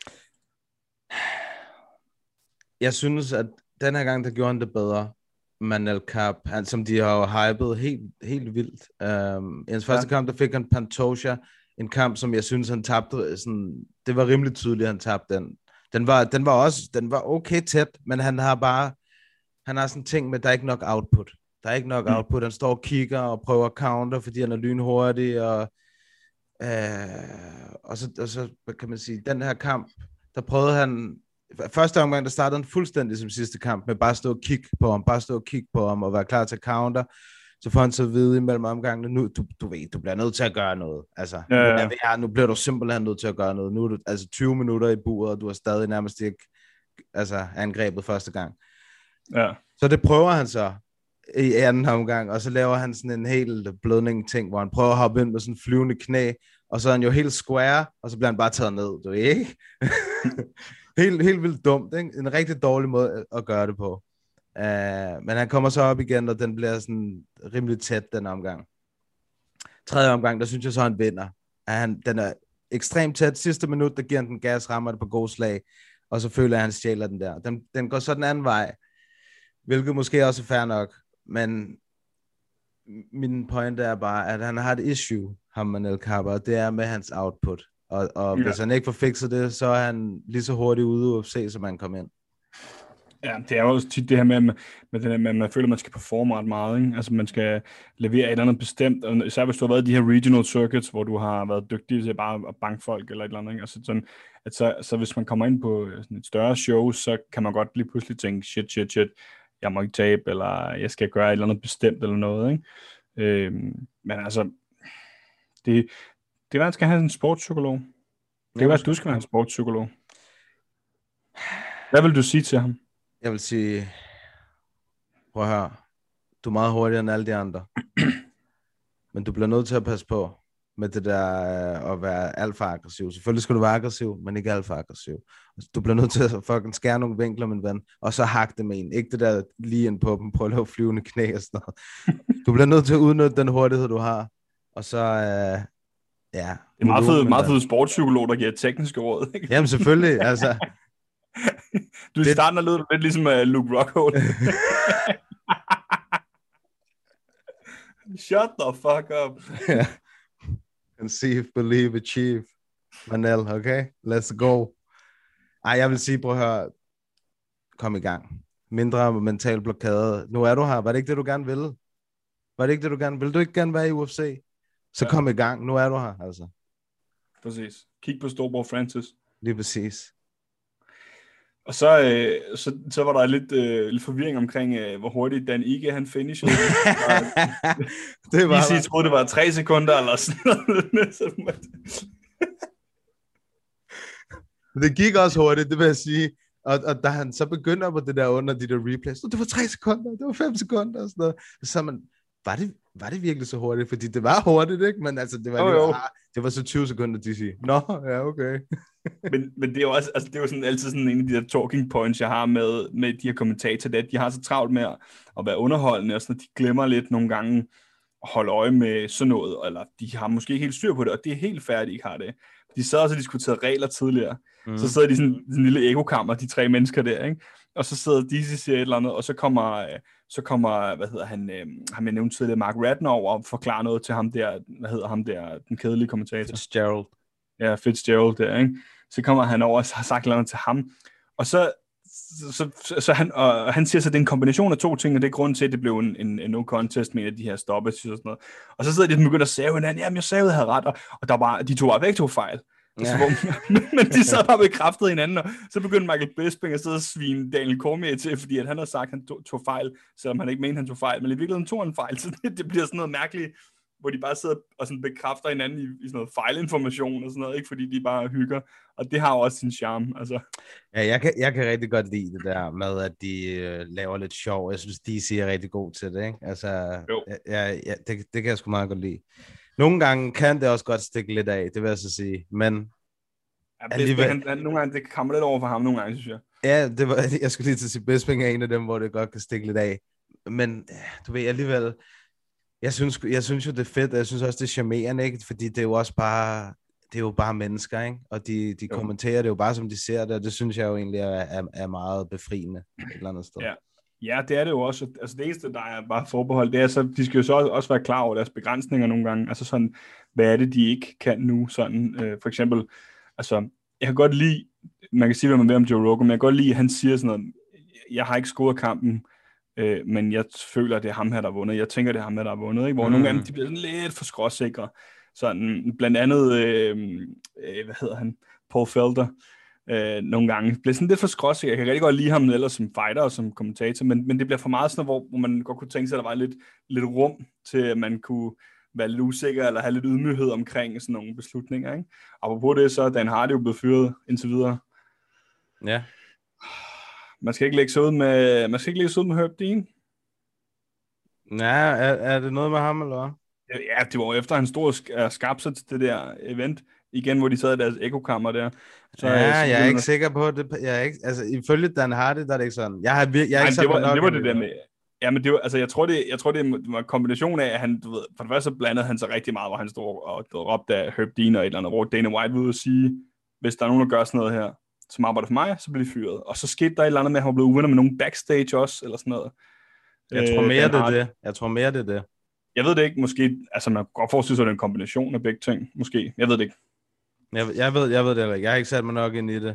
Jeg synes, at den her gang, der gjorde han det bedre. Manel Kape, han, som de har jo hypet helt, helt vildt. Um, I hans første ja. kamp, der fik han Pantoja, en kamp, som jeg synes, han tabte. Sådan, det var rimelig tydeligt, han tabte den. Den var, den var også, den var okay tæt, men han har bare, han har sådan en ting med, at der er ikke nok output. Der er ikke nok mm. output. Han står og kigger og prøver at counter, fordi han er lynhurtig, og, øh, og, så, og så, hvad kan man sige, den her kamp, der prøvede han, første omgang, der startede han fuldstændig som sidste kamp, med bare stå og kigge på ham, bare stå og kigge på ham, og være klar til at counter. Så får han så vide imellem omgangene, nu, du, du ved, du bliver nødt til at gøre noget. Altså, ja, ja. Nu, er, nu bliver du simpelthen nødt til at gøre noget. Nu er du altså tyve minutter i buret, og du har stadig nærmest ikke altså, angrebet første gang. Ja. Så det prøver han så i anden omgang, og så laver han sådan en helt blødning-ting, hvor han prøver at hoppe ind med sådan en flyvende knæ, og så er han jo helt square, og så bliver han bare taget ned, du ved ikke? helt, helt vildt dumt, ikke? En rigtig dårlig måde at gøre det på. Uh, men han kommer så op igen, og den bliver sådan rimelig tæt den omgang. Tredje omgang, der synes jeg så, han vinder. Han, den er ekstremt tæt. Sidste minut, der giver han den gas, rammer det på god slag. og så føler jeg, at han stjæler den der. Den, den går så den anden vej, hvilket måske også er fair nok, men min point er bare, at han har et issue, ham Manel Kape, og det er med hans output. Og, og ja. Hvis han ikke får fikset det, så er han lige så hurtigt ude i U F C, som han kom ind. Ja, det er jo også tit det her med, med, med, det her med at man føler, at man skal performe ret meget. Ikke? Altså man skal levere et eller andet bestemt, og især hvis du har været i de her regional circuits, hvor du har været dygtig til bare at banke folk eller et eller andet. Ikke? Altså sådan, at så, så hvis man kommer ind på sådan et større show, så kan man godt lige pludselig tænke, shit, shit, shit, jeg må ikke tabe, eller jeg skal gøre et eller andet bestemt eller noget. Ikke? Øhm, men altså, det, det er, at man skal have en sportspsykolog. Det er ja, at du skal være en sportspsykolog. Hvad vil du sige til ham? Jeg vil sige, prøv at høre, du er meget hurtigere end alle de andre. Men du bliver nødt til at passe på med det der at være alt for aggressiv. Selvfølgelig skal du være aggressiv, men ikke alt for aggressiv. Du bliver nødt til at fucking skære nogle vinkler, min ven, og så hakke det med en. Ikke det der lige ind på dem, prøv at lave flyvende knæ og sådan noget. Du bliver nødt til at udnytte den hurtighed, du har. Og så, øh, ja. Det er meget fed, meget fed sportspsykolog, der giver tekniske råd. Ikke? Jamen selvfølgelig, altså. Du det... starter lidt, lidt ligesom uh, Luke Rockhold. Shut the fuck up. Conceive, believe, achieve. Manel, okay? Let's go. Ej, jeg vil sige, prøv at høre. Kom i gang. Mindre mental blokade. Nu er du her. Var det ikke det, du gerne ville? Var det ikke det, du gerne ville? Du ikke gerne være i U F C? Så ja. Kom i gang. Nu er du her, altså. Præcis. Kig på Storbror Francis. Lige præcis. Og så, øh, så, så var der lidt, øh, lidt forvirring omkring, øh, hvor hurtigt Dan Ige, han finishede. Det var I troede, det var tre sekunder eller sådan noget. Det gik også hurtigt, det vil jeg sige. Og, og da han så begyndte på det der under de der replays, så det var tre sekunder, det var fem sekunder og sådan noget. Så man, var det, var det virkelig så hurtigt? Fordi det var hurtigt, ikke? Men altså, det var, oh, det var, det var så tyve sekunder, de siger. Nå, ja, okay. men, men det er jo også, altså det er jo sådan, altid sådan en af de der talking points, jeg har med, med de her kommentatorer, at de har så travlt med at, at være underholdende, og sådan, at de glemmer lidt nogle gange at holde øje med sådan noget, eller de har måske ikke helt styr på det, og det er helt færdigt, de ikke har det. De sad også og diskuterede regler tidligere, mm. så sidder de i sådan, sådan en lille ekokammer, de tre mennesker der, ikke? Og så sidder de siger et eller andet, og så kommer, så kommer hvad hedder han, øh, ham jeg nævnte tidligere, Mark Ratner over og forklarer noget til ham der, hvad hedder ham der, den kedelige kommentator. Fitzgerald. Ja, Fitzgerald der, ikke? Så kommer han over og har sagt noget til ham, og så, så, så, så han, og han siger så, at det er en kombination af to ting, og det er grunden til, at det blev en, en, en no contest med de her stoppes og sådan noget. Og så sidder de og begynder at save hinanden, jamen jeg savede havde ret, og, og der var, de tog bare væk to fejl. Ja. Så, hvor, men de sad bare bekræftet hinanden, og så begyndte Michael Bisping at sidde og svine Daniel Cormier til, fordi at han havde sagt, at han tog, tog fejl, selvom han ikke mente, han tog fejl, men i virkeligheden tog han fejl, så det, det bliver sådan noget mærkeligt, hvor de bare sidder og sådan bekræfter hinanden i, i sådan noget fejlinformation og sådan noget, ikke fordi de bare hygger, og det har jo også sin charme, altså. Ja, jeg kan, jeg kan rigtig godt lide det der med, at de øh, laver lidt sjov. Jeg synes, D C er rigtig god til det, ikke? Altså, ja, ja, det, det kan jeg sgu meget godt lide. Nogle gange kan det også godt stikke lidt af, det vil jeg så sige, men ja, alligevel... han, han, nogle gange, det kommer lidt over for ham nogle gange, synes jeg. Ja, det var, jeg skulle lige til at sige, Bisping er en af dem, hvor det godt kan stikke lidt af, men du ved alligevel, jeg synes, jeg synes jo, det er fedt, og jeg synes også, det er charmerende, ikke? Fordi det er jo også bare, det er jo bare mennesker, ikke? Og de, de kommenterer det jo bare, som de ser det, og det synes jeg jo egentlig er, er, er meget befriende et eller andet sted. Ja. Ja, det er det jo også. Altså det eneste, der er bare forbeholdt, det er så, de skal jo så også være klar over deres begrænsninger nogle gange. Altså sådan, hvad er det, de ikke kan nu? Sådan, øh, for eksempel, altså, jeg kan godt lide, man kan sige, hvad man vil om Joe Rogan, men jeg kan godt lide, at han siger sådan noget, jeg har ikke scoret kampen, øh, men jeg føler, at det er ham her, der har vundet. Jeg tænker, det er ham her, der har vundet, ikke? Hvor mm. nogle gange, de bliver sådan lidt for skråsikre. Sådan, blandt andet, øh, øh, hvad hedder han? Paul Felder. Øh, nogle gange bliver sådan lidt for skråsikker. Jeg kan rigtig godt lide ham ellers som fighter og som kommentator, men, men det bliver for meget sådan, hvor, hvor man godt kunne tænke sig, at der var lidt, lidt rum til, at man kunne være lidt usikker eller have lidt ydmyghed omkring sådan nogle beslutninger, ikke? Og apropos det, så er Dan Hardy jo blevet fyret indtil videre. Ja. Man skal ikke lægge sig ud med, man skal ikke lægge sig ud med Herb Dean. Ja, er, er det noget med ham, eller hvad? Ja, det var efter han stod og skabte sig til det der event, igen, hvor de sad i deres ekokammer der. Så, ja, jeg, jeg er ikke sikker på det. Jeg er ikke, altså, ifølge Dan Hardy, der er det ikke sådan. Jeg har vir- jeg er Nej, ikke det var, nok det var det der med... Ja, men det var, altså, jeg tror, det, jeg tror, det var en kombination af, at han, du ved, for det første så blandede han sig rigtig meget, hvor han stod og, og råbte af Herb Dean og et eller andet, hvor Dana White ville sige, hvis der er nogen, der gør sådan noget her, som arbejder for mig, så blev de fyret. Og så skete der et eller andet med, at han var blevet uvenner med nogen backstage også, eller sådan noget. Jeg tror mere, øh, det er det. Jeg tror mere, det er det. Jeg ved det ikke. Måske, altså man kan godt forestille sig, at det er en kombination af begge ting. Måske. Jeg ved det ikke. Jeg, jeg, ved, jeg ved det ikke. Jeg har ikke sat mig nok ind i det.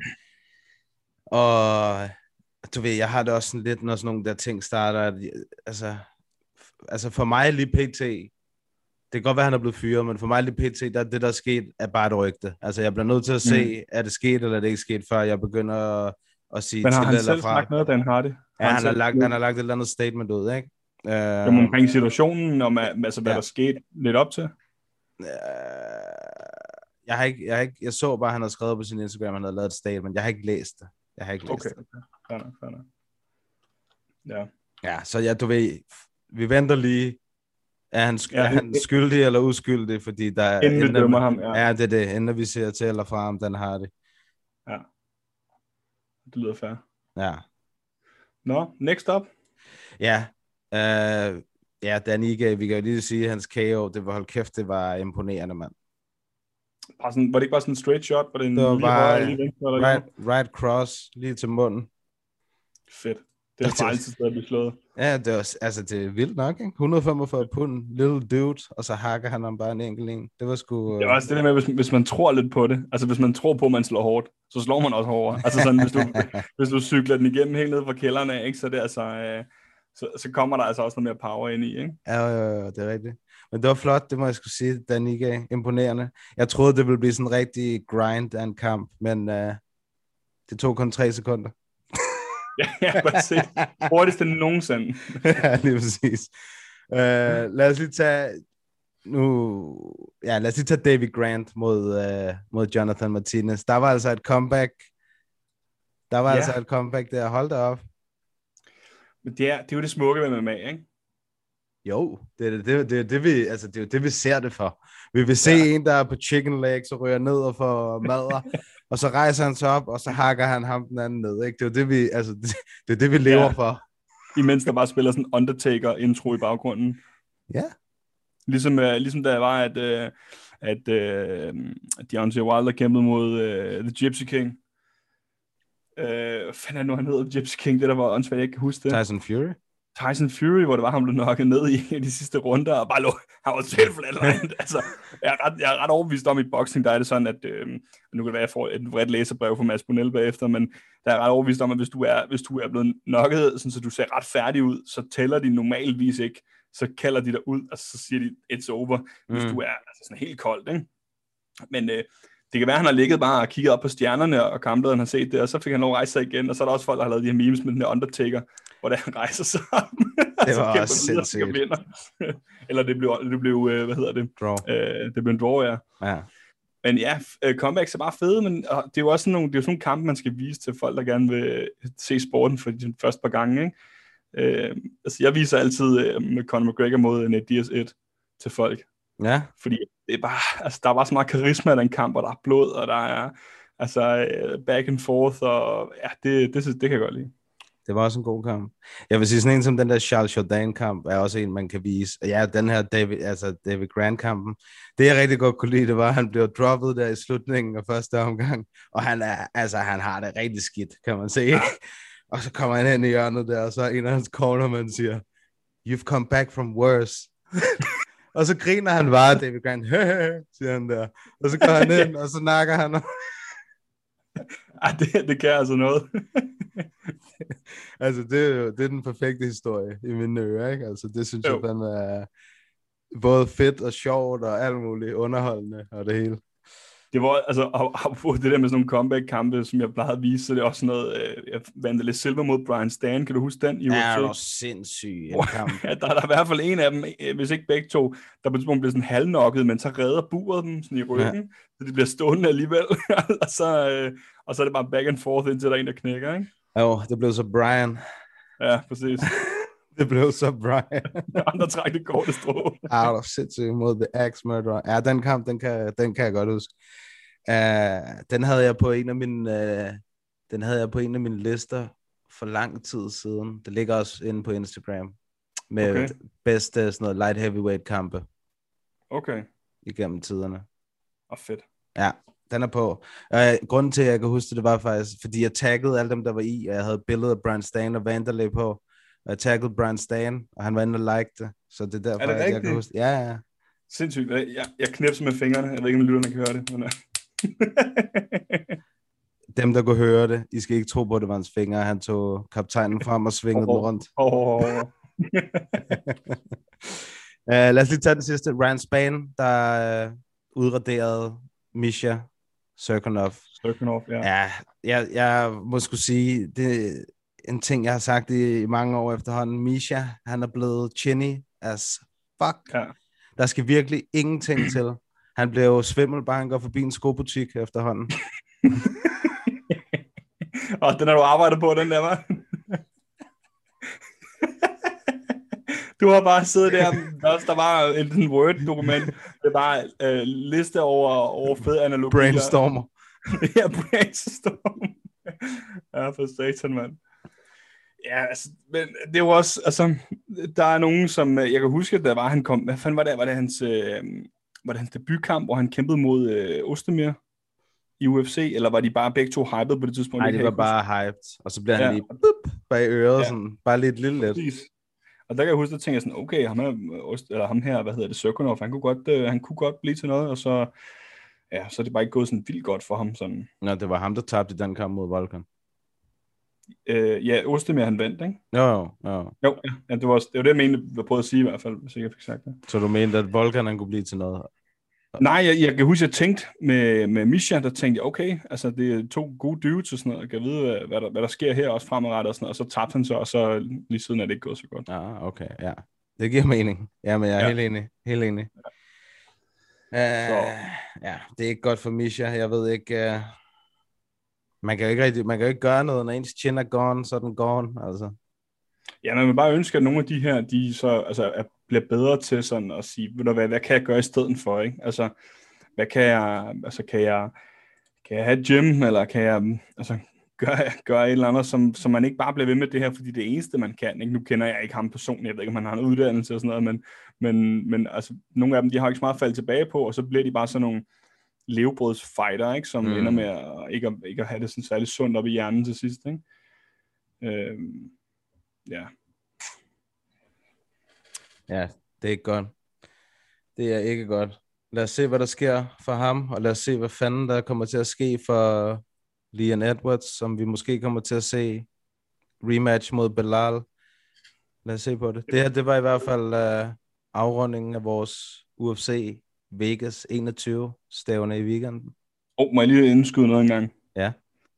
Og du ved, jeg har det også sådan lidt, når sådan nogle der ting starter. At, altså, altså for mig lige pt. Det kan godt være, at han er blevet fyret, men for mig lige pt. Der, det, der er sket, er bare et rygte. Altså jeg bliver nødt til at se, mm. er det sket, eller er det ikke sket, før jeg begynder at, at sige men har til han eller selv fra. sagt noget, Dan Hardy? Ja, han, han, har lagt, han har lagt et eller andet statement ud, ikke? Uh, Jamen, omkring situationen, om altså, hvad ja. der skete lidt op til? Uh, jeg, har ikke, jeg, har ikke, jeg så bare, at han har skrevet på sin Instagram, at han havde lavet et statement. Jeg har ikke læst det. Jeg har ikke læst okay. det. Okay, fair nok, fair nok. Ja. Ja, så ja, du ved, vi venter lige. Er han, ja, er han skyldig eller uskyldig? Fordi der inden vi dømmer ham, ja. Ja, det er det. Inden vi ser til eller fra ham, den har det. Ja. Det lyder fair. Ja. Nå, next up. Ja. Uh, ja, Dan Ige, vi kan jo lige sige, at hans K O, det var, hold kæft, det var imponerende, mand. Bare sådan, var det ikke bare sådan en straight shot? Var det en det var lige bare højre, lige venstre, right, right cross, lige til munden. Fedt. Det er bare altid stadig at blive slået. Ja, det var, altså, det er vildt nok, ikke? et hundrede og femogfyrre pund, little dude, og så hakker han ham bare en enkelt en. Det var sgu... Det var også det der med, hvis, hvis man tror lidt på det, altså hvis man tror på, at man slår hårdt, så slår man også hårdere. Altså sådan, hvis du, hvis du cykler den igennem helt ned fra kælderen af, ikke, så, det, altså, øh, så, så kommer der altså også noget mere power ind i, ikke? Ja, ja, ja, det er rigtigt. Men det var flot, det må jeg skulle sige, Danica. Imponerende. Jeg troede, det ville blive sådan en rigtig grind af en kamp, men øh, det tog kun tre sekunder. Ja, ja, præcis. Hurtigst end nogensinde. Ja, lige præcis. Uh, lad os lige tage nu, ja, lad os lige tage David Grant mod, uh, mod Jonathan Martinez. Der var altså et comeback. Der var ja. altså et comeback der. Hold da op. Men det er, det er jo det smukke ved M M A, ikke? Jo, det er det, det, det, det, vi, altså, det er jo det, vi ser det for. Vi vil se ja. en, der er på chicken legs og ryger ned og får madder, og så rejser han sig op, og så hakker han ham den anden ned. Ikke? Det er jo det, vi, altså, det, det, er det, vi lever ja. for. Imens der bare spiller sådan en Undertaker-intro i baggrunden. Ja. Ligesom, uh, ligesom der var, at, uh, at uh, Deontay Wilder kæmpede mod uh, The Gypsy King. Uh, hvad fanden er det nu, han hedder? Gypsy King, det der var åndssvagt, jeg ikke kan huske det. Tyson Fury? Tyson Fury, hvor det var, han blev nokket ned i de sidste runder, og bare lå, han var selv flatlined. Altså, jeg er, ret, jeg er ret overbevist om, i boxing, der er det sådan, at, øh, nu kan det være, at jeg får et vredt læserbrev fra Mads Bonel bagefter, men der er ret overbevist om, at hvis du er, hvis du er blevet nokket, sådan, så du ser ret færdig ud, så tæller de normalvis ikke, så kalder de dig ud, og så siger de, it's over, hvis mm. du er altså, sådan helt koldt, ikke? Men øh, det kan være, at han har ligget bare og kigget op på stjernerne og kampet, han har set det, og så fik han lov at rejse sig igen, og så er der også folk, der har lavet de her memes med den her Undertaker, hvor der han rejser sig op. Det var også sindssygt. Eller det blev, det blev, hvad hedder det? Draw. Øh, det blev en draw, ja. ja. Men ja, comebacks er bare fede, men det er jo også sådan nogle, det er jo sådan nogle kampe, man skal vise til folk, der gerne vil se sporten for de første par gange, ikke? Øh, altså, jeg viser altid øh, med Conor McGregor mod Nate Diaz et til folk. Ja. Fordi det er bare, altså, der er bare så meget karisma i den kamp, og der er blod, og der er altså back and forth, og ja, det, det, det kan jeg godt lide. Det var også en god kamp. Jeg vil sige, sådan en som den der Charles Jourdain-kamp, er også en, man kan vise. Ja, den her David, altså David Grant-kampen, det jeg rigtig godt kunne lide, det var, at han blev droppet der i slutningen af første omgang, og han, er, altså, han har det rigtig skidt, kan man se. Ja. Og så kommer han hen i hjørnet der, og så en af hans cornermænd siger, you've come back from worse. Og så griner han bare, David Grant, siger han der. Og så går han ind, og så nakker han. Ej, det, det kan altså noget. Altså, det er jo det er den perfekte historie i mine ører, ikke? Altså, det synes jo. jeg, den er både fedt og sjovt og alt muligt underholdende og det hele. Det var, altså, det der med sådan nogle comeback-kampe, som jeg plejede at vise, så det er også noget, øh, jeg vandt lidt Silva mod Brian Stan, kan du huske den? I ja, det var sindssygt en kamp. Ja, der er der i hvert fald en af dem, hvis ikke begge to, der på et tidspunkt bliver sådan halvnokket, men så redder buret dem sådan i ryggen, ja. Så de bliver stående alligevel, og, så, øh, og så er det bare back and forth, indtil der er en, der knækker, ikke? Jo, det blev så Brian. Ja, præcis. Det blev så Brian. Andre træk det korte strå. Ja, det var sindssygt mod The Axe Murderer. Ja, den kamp, den kan, den kan jeg godt huske. Uh, den havde jeg på en af mine uh, den havde jeg på en af mine lister for lang tid siden. Det ligger også inde på Instagram med okay. bedste sådan noget light heavyweight kampe. Okay. Igennem tiderne. Og fedt. Ja. Den er på. Uh, grunden til, at jeg kan huske det, det var faktisk, fordi jeg taggede alle dem, der var i, og jeg havde billeder af Brian Stan og Vanderlei på. Og jeg taggede Brian Stan, og han var inde og liked det. Så det er derfor, er det at jeg kan huske det. Ja, ja. Sindssygt. Jeg, jeg knipser med fingrene. Jeg ved ikke, om lytterne kan høre det. Men... Dem, der kunne høre det, I skal ikke tro på, at det var hans fingre. Han tog kaptajnen frem og svingede oh, den rundt. Oh, oh, oh. uh, lad os lige tage den sidste. Ryan Span, der uh, udraderede Misha Cirkunov. Cirkunov, ja. Ja, jeg, jeg må skulle sige, det er en ting, jeg har sagt i, i mange år efterhånden. Misha, han er blevet chinny as fuck. Ja. Der skal virkelig ingenting til. Han bliver jo svimmel, bare han går forbi en skobutik efterhånden. Og den har du arbejdet på, den der, var. Du har bare siddet der, der, der var en Word-dokument, det var øh, liste over, over fed analogier. Brainstormer. Ja, brainstorm. Ja, for satan, mand. Ja, altså, men det var også, altså, der er nogen, som, jeg kan huske, der var, han kom, hvad fanden var det, var det hans, øh, var det hans debutkamp, hvor han kæmpede mod øh, Ozdemir i U F C, eller var de bare begge to hyped på det tidspunkt? Nej, de var bare huske. hyped, og så bliver han ja. lige bup, bag øret, ja. Sådan, bare lidt lille lidt. Præcis. Og der kan jeg huske, at tænke sådan, okay, ham, her, eller ham her, hvad hedder det, Cirkunov, han kunne godt, øh, han kunne godt blive til noget, og så, ja, så er det bare ikke gået sådan vildt godt for ham. Sådan. Nå, det var ham, der tabte i den kamp mod Volkan. Øh, ja, Ozdemir, han vandt, ikke? Jo, jo. Jo, jo ja, det var også, det var det, jeg mente, jeg prøvede at sige i hvert fald, hvis ikke jeg fik sagt det. Så du mente, at Volkan, han kunne blive til noget? Nej, jeg, jeg kan huske, at jeg tænkte med, med Misha, der tænkte jeg, okay, altså det er to gode dudes og sådan noget, jeg kan vide, hvad der, hvad der sker her også fremadrettet og sådan noget, og så tabte han så, og så lige siden er det ikke gået så godt. Ja, okay, ja. Det giver mening. Ja, men jeg er ja. helt enig. Helt enig. Ja. Uh, ja, det er ikke godt for Misha. Jeg ved ikke... Uh... Man kan jo ikke rigtig, man kan jo ikke gøre noget, når ens chin er gone, så er den gone, altså. Ja, man vil bare ønske, at nogle af de her, de så altså, er, bliver bedre til sådan at sige, ved du hvad, hvad kan jeg gøre i stedet for, ikke? Altså, hvad kan jeg, altså, kan jeg, kan jeg have et gym, eller kan jeg, altså, gøre, gøre et eller andet, som, som man ikke bare bliver ved med det her, fordi det eneste, man kan, ikke? Nu kender jeg ikke ham personligt, jeg ved ikke, om han har en uddannelse og sådan noget, men, men, men altså, nogle af dem, de har ikke så meget faldet tilbage på, og så bliver de bare sådan nogle levebrødsfighter, ikke? Som mm. ender med at ikke, at ikke at have det sådan særlig sundt op i hjernen til sidst, ikke? Øhm, ja. Ja, det er ikke godt. Det er ikke godt. Lad os se, hvad der sker for ham, og lad os se, hvad fanden der kommer til at ske for Leon Edwards, som vi måske kommer til at se rematch mod Belal. Lad os se på det. Det her, det var i hvert fald uh, afrundingen af vores U F C Vegas enogtyve stævne i weekenden. Åh, oh, må jeg lige indskyde noget engang? Ja.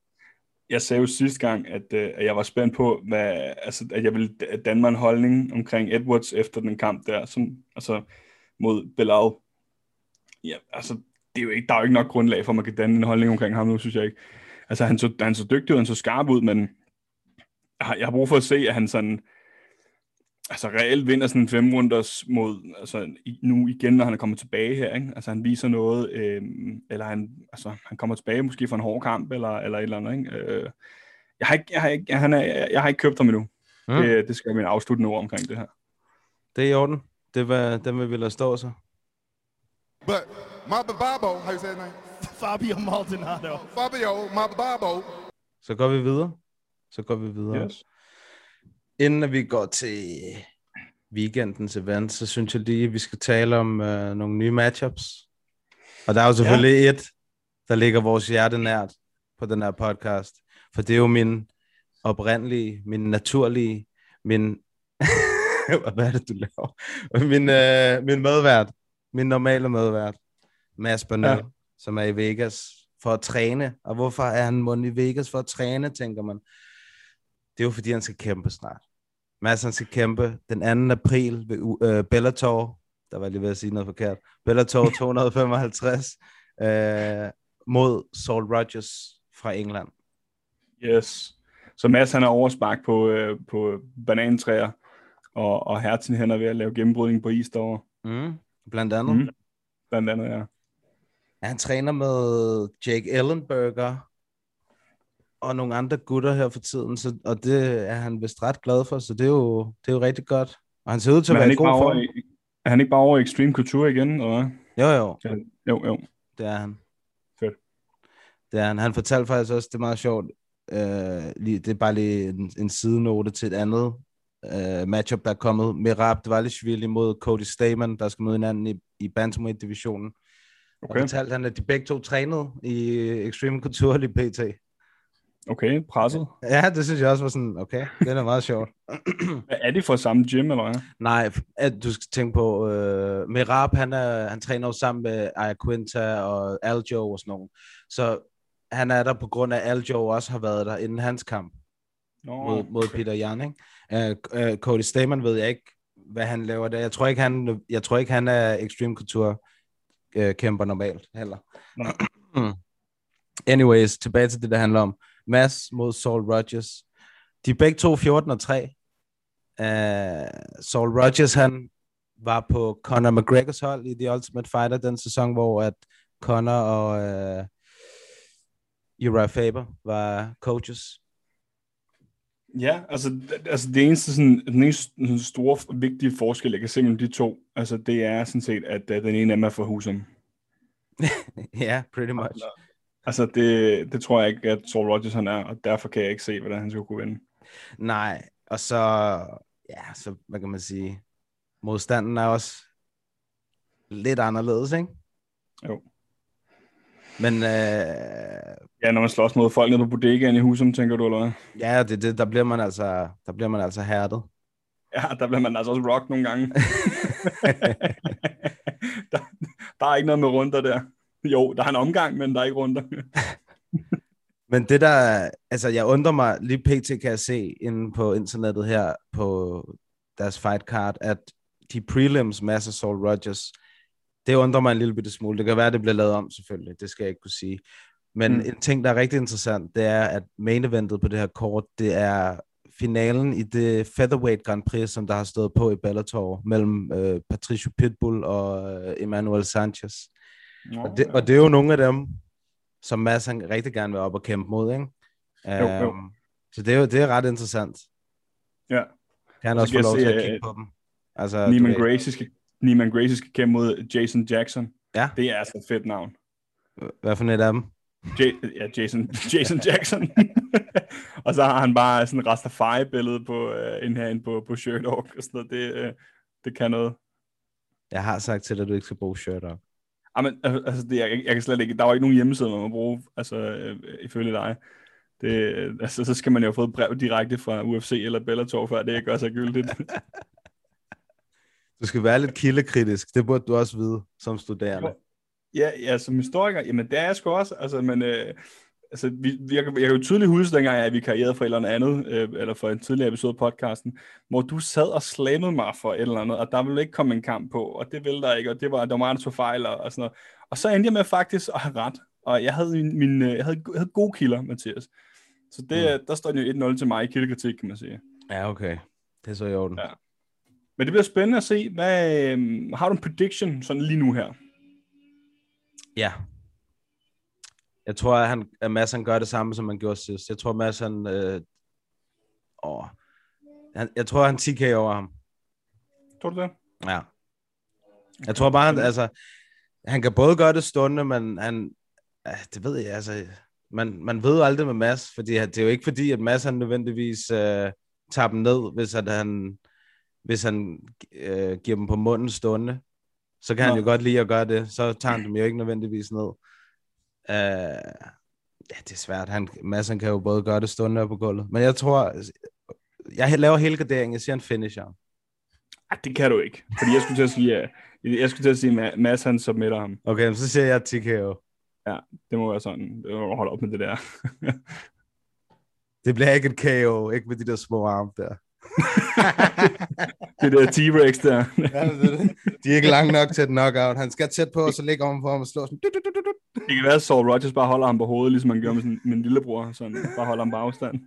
Jeg sagde jo sidste gang, at, øh, at jeg var spændt på, hvad, altså, at jeg ville danne mig en holdning omkring Edwards efter den kamp der, som, altså mod Belal. Ja, altså, det er jo ikke, der er jo ikke nok grundlag for, at man kan danne en holdning omkring ham nu, synes jeg ikke. Altså, han så, han så dygtig ud, han så skarp ud, men jeg har, jeg har brug for at se, at han sådan, altså reelt vinder sådan en fem runders mod, altså nu igen, når han er kommet tilbage her, ikke? Altså han viser noget, øh, eller han, altså han kommer tilbage måske for en hård kamp, eller, eller et eller andet, ikke? Øh, jeg har ikke, jeg har ikke, jeg, han er, jeg har ikke købt ham endnu. Mm. Det, det skal være min afsluttende ord omkring det her. Det er i orden. Det var, den vil vi lade stå så. But Mababo, how you say his name? Fabio Maldonado. Fabio Mababo. Så går vi videre. Så går vi videre. Yes. Inden vi går til weekendens event, så synes jeg lige, at vi skal tale om øh, nogle nye matchups. Og der er jo selvfølgelig ja. et, der ligger vores hjerte nært på den her podcast. For det er jo min oprindelige, min naturlige, min... Hvad er det, du laver? Min, øh, min medvært, min normale medvært, Mads Bernal, ja. som er i Vegas for at træne. Og hvorfor er han mon i Vegas for at træne, tænker man? Det er jo fordi, han skal kæmpe snart. Mads, han skal kæmpe den anden april ved uh, Bellator. Der var lige ved at sige noget forkert. Bellator to femoghalvtreds uh, mod Saul Rogers fra England. Yes. Så Mads, han er overspark på, uh, på banantræer, og, og Hertzen hen er ved at lave gennembrydning på is derovre. Mm, blandt andet. Mm. Blandt andet, ja. ja. Han træner med Jake Ellenberger og nogle andre gutter her for tiden, så, og det er han vist ret glad for, så det er jo, det er jo rigtig godt. Og han ser ud til at være i god form. I, er han ikke bare over i Extreme Couture igen, eller hvad? Jo, jo. Ja, jo, jo. Det er han. Fedt. Det er han. Han fortalte faktisk også, det er meget sjovt, øh, lige, det er bare lige en, en sidenote til et andet øh, matchup, der er kommet. Merab Dvalishvili mod Cody Stamann, der skal møde hinanden i, i Bantamweight-divisionen. Okay. Og fortalte han, at de begge to trænede i Extreme Couture lige pt. Okay, presset. Ja, det synes jeg også var sådan, okay, det er meget sjovt. Er de fra samme gym, eller hvad? Nej, at du skal tænke på, øh, Merab, han, er, han træner jo sammen med Aya Quinta og Aljo og sådan noget. Så han er der på grund af, at Aljo også har været der inden hans kamp Nå, mod, mod okay. Peter Yan, ikke? Uh, uh, Cody Stamann ved jeg ikke, hvad han laver der. Jeg tror ikke, han, jeg tror ikke, han er Extreme Couture uh, kæmper normalt heller. Anyways, tilbage til det, der handler om. Mads mod Saul Rogers. De er begge to fjorten og tre. Uh, Saul Rogers, han var på Conor McGregors hold i The Ultimate Fighter den sæson, hvor at Conor og uh, Uriah Faber var coaches. Ja, altså, altså det eneste sådan, den eneste sådan store, vigtige forskel, jeg kan se mellem de to, altså det er sådan set, at, at den ene er med fra Husum. Ja, yeah, pretty much. Altså, altså det, det tror jeg ikke, at Saul Rogers han er, og derfor kan jeg ikke se, hvordan han skulle kunne vinde. Nej, og så, ja, så hvad kan man sige, modstanden er også lidt anderledes, ikke? Jo. Men øh, ja, når man slås mod folk nede på bodegaen i Husum, tænker du, eller hvad? Ja, det, det, der bliver man altså, der bliver man altså hærdet. Ja, der bliver man altså også rock nogle gange. der, der er ikke noget med runder der. Jo, der er en omgang, men der er ikke runder. Men det der, altså jeg undrer mig, lige pt. Kan jeg se inde på internettet her, på deres fight card, at de prelims, Mads og Saul Rogers, det undrer mig en lille bitte smule. Det kan være, at det bliver lavet om, selvfølgelig. Det skal jeg ikke kunne sige. Men mm. en ting, der er rigtig interessant, det er, at main eventet på det her kort, det er finalen i det Featherweight Grand Prix, som der har stået på i Bellator, mellem øh, Patricio Pitbull og øh, Emmanuel Sanchez. Nå, og, det, ja. og det er jo nogle af dem, som Mads han rigtig gerne vil op og kæmpe mod, ikke? Jo, jo. Um, så det er jo det er ret interessant. Ja. Kan han også få lov til at kigge på dem. Altså, Neiman Gracie skal, Neiman Gracie skal kæmpe mod Jason Jackson. Ja. Det er altså et fedt navn. Hvad for et af dem? J- ja, Jason, Jason Jackson. Og så har han bare sådan et Rastafari-billede på uh, indherinde på, på Shirt Dog og sådan noget. Det, uh, det kan noget. Jeg har sagt til dig, at du ikke skal bruge Shirt Dog. Jamen, altså, det, jeg, jeg kan slet ikke, der var ikke nogen hjemmeside, man må bruge, altså, øh, ifølge dig. Det, altså, så skal man jo have fået brev direkte fra U F C eller Bellator, før det gør sig gyldigt. Du skal være lidt kildekritisk, det burde du også vide, som studerende. Ja, ja, som historiker, jamen det er jeg sgu også, altså, men, øh, altså, vi, jeg, jeg kan jo tydeligt huske, dengang jeg vikarierede for et eller andet, øh, eller for en tidligere episode af podcasten, hvor du sad og slammede mig for et eller andet, og der ville ikke komme en kamp på, og det ville der ikke, og det var, der var meget, der tog fejl, og, og sådan noget. Og så endte jeg med faktisk at have ret, og jeg havde, min, min, jeg havde, jeg havde gode kilder, Mathias. Så det, mm. der står jo et nul til mig i kildekritik, kan man sige. Ja, okay. Det er så i orden. Ja. Men det bliver spændende at se, hvad, øh, har du en prediction sådan lige nu her? Ja. Jeg tror, at, han, at Mads han gør det samme, som han gjorde sidst. Jeg tror, Mads han... Øh, åh, han jeg tror, han ti K over ham. Tror du det? Ja. Jeg tror bare, han, altså... Han kan både gøre det stående, men han... Det ved jeg, altså... Man, man ved jo aldrig med Mads, fordi det er jo ikke fordi, at Mads han nødvendigvis øh, tager dem ned, hvis at han, hvis han øh, giver dem på munden stående. Så kan Nå. han jo godt lide at gøre det. Så tager han dem jo ikke nødvendigvis ned. Uh, ja, det er svært. Han, Mads han kan jo både gøre det stående og på gulvet. Men jeg tror, jeg laver hele garderingen. Jeg siger en finisher. Ej, det kan du ikke. Fordi jeg skulle til at sige, jeg skulle til at sige, at Mads han submitter ham. Okay, så siger jeg T K O. Ja, det må være sådan. Hold op med det der. Det bliver ikke et K O. Ikke med de der små arme der. Det der T-Rex der. Ja, det det. De er ikke langt nok til et knockout. Han skal tæt på, og så ligger om for ham og slår sådan. Du, du, du, du. Det kan være, at Saul Rogers bare holder ham på hovedet, ligesom man gør med sådan, min lillebror. Sådan, bare holder ham på afstand.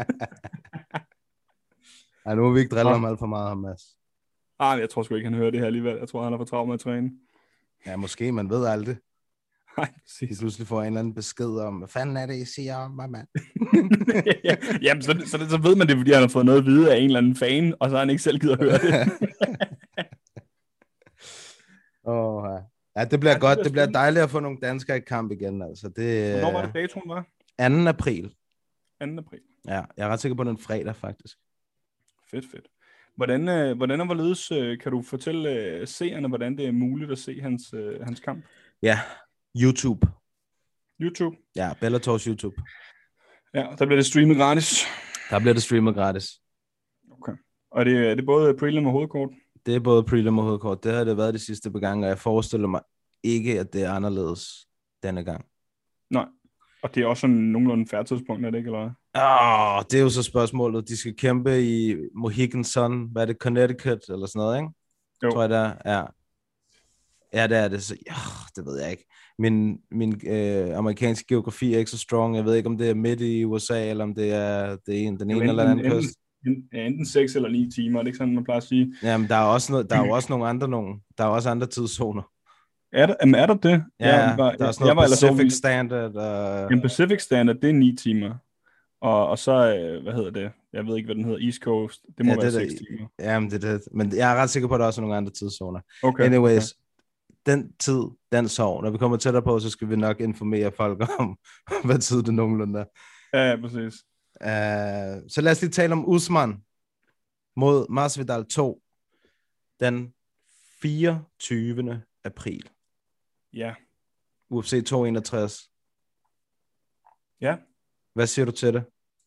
Ej, nu må vi ikke drille ham alt for meget, ham, Mads. Ah, jeg tror sgu ikke, han hører det her alligevel. Jeg tror, han er for travlt med at træne. Ja, måske. Man ved aldrig. Nej, præcis. De pludselig får en eller anden besked om, hvad fanden er det, I siger om mig, mand? ja, jamen, så, så, så ved man det, fordi han har fået noget at vide af en eller anden fan, og så har han ikke selv givet at høre det. oh, ja. Ja, det bliver Ja, det godt. bliver Det bliver spændende. dejligt at få nogle danskere i kamp igen. Altså, det, Hvornår var det datoen var? anden april. anden april. Ja, jeg er ret sikker på, den fredag, faktisk. Fedt, fedt. Hvordan, øh, hvordan og hvorledes øh, kan du fortælle øh, seerne, hvordan det er muligt at se hans, øh, hans kamp? Ja, YouTube. YouTube? Ja, Bellators YouTube. Ja, der bliver det streamet gratis. Der bliver det streamet gratis. Okay. Og det, er det både prelim og hovedkort? Det er både prelim og hovedkort. Det har det været de sidste par gange, og jeg forestiller mig ikke, at det er anderledes denne gang. Nej. Og det er også sådan nogenlunde færre tidspunkt, er det ikke, eller hvad? Åh, det er jo så spørgsmålet. De skal kæmpe i Mohegan Sun. Hvad er det? Connecticut eller sådan noget, ikke? Jo. Tror jeg, der ja. Ja, det er det. Så, ja, det ved jeg ikke. Min, min øh, amerikanske geografi er ikke så strong. Jeg ved ikke, om det er midt i U S A, eller om det er, det er en, den ene eller anden enten, kyst. enten, enten seks eller ni timer, er det ikke sådan, man plejer at sige? Jamen, der er, også noget, der er jo også nogle andre nogen. Der er også andre tidszoner. Er der, jamen, er der det? Ja, jeg var, der er også jeg, noget jeg Pacific overbevist. Standard. Og... En Pacific Standard, det er ni timer. Og, og så, øh, hvad hedder det? Jeg ved ikke, hvad den hedder. East Coast. Det må Ja, være det seks der- timer. Jamen, det er det. Men jeg er ret sikker på, at der også er nogle andre tidszoner. Okay. Anyways, den tid, den sov. Når vi kommer tættere på, så skal vi nok informere folk om, hvad tid det nogenlunde er. Ja, ja, præcis. Uh, så lad os lige tale om Usman mod Masvidal to den fireogtyvende april. Ja. U F C to enogtres. Ja. Hvad siger du til det?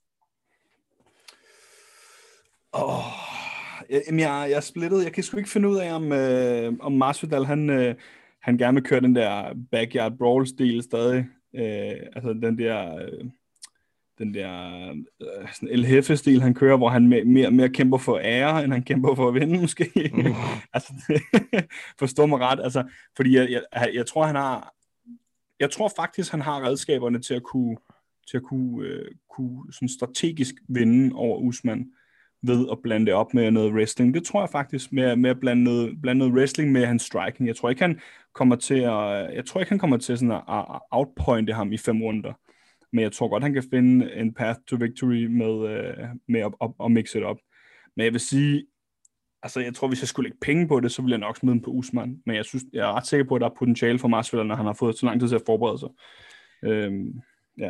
Åh, jeg, jeg, jeg er splittet. Jeg kan sgu ikke finde ud af, om, øh, om Masvidal, han, øh, han gerne vil køre den der backyard brawl-stil stadig. Øh, altså den der, øh, den der øh, sådan El Jefe-stil, han kører, hvor han mere, mere, mere kæmper for ære, end han kæmper for at vinde, måske. Mm. altså, forstår mig ret. Altså, fordi jeg, jeg, jeg tror, han har... Jeg tror faktisk, han har redskaberne til at kunne, til at kunne, øh, kunne sådan strategisk vinde over Usman ved at blande det op med noget wrestling. Det tror jeg faktisk, med, med at blande noget, blande noget wrestling med hans striking. Jeg tror ikke, han kommer til at, jeg tror ikke, han kommer til sådan at, at outpointe ham i fem runder. Men jeg tror godt, han kan finde en path to victory med, øh, med at, at, at mixe det op. Men jeg vil sige, altså jeg tror, hvis jeg skulle lægge penge på det, så ville jeg nok smide den på Usman. Men jeg synes, jeg er ret sikker på, at der er potentiale for Masvidal, når han har fået så lang tid til at forberede sig. Øhm, ja.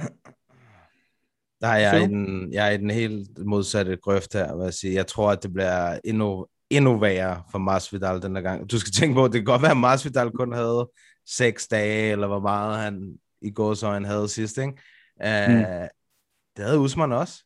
Der er jeg, Så? i den, jeg er i den helt modsatte grøft her, vil jeg sige. Jeg tror, at det bliver endnu, endnu værre for Masvidal den her gang. Du skal tænke på, at det kan godt være, at Masvidal kun havde seks dage, eller hvor meget han i gåseøjne havde sidst, ikke? Uh, mm. Det havde Usman også.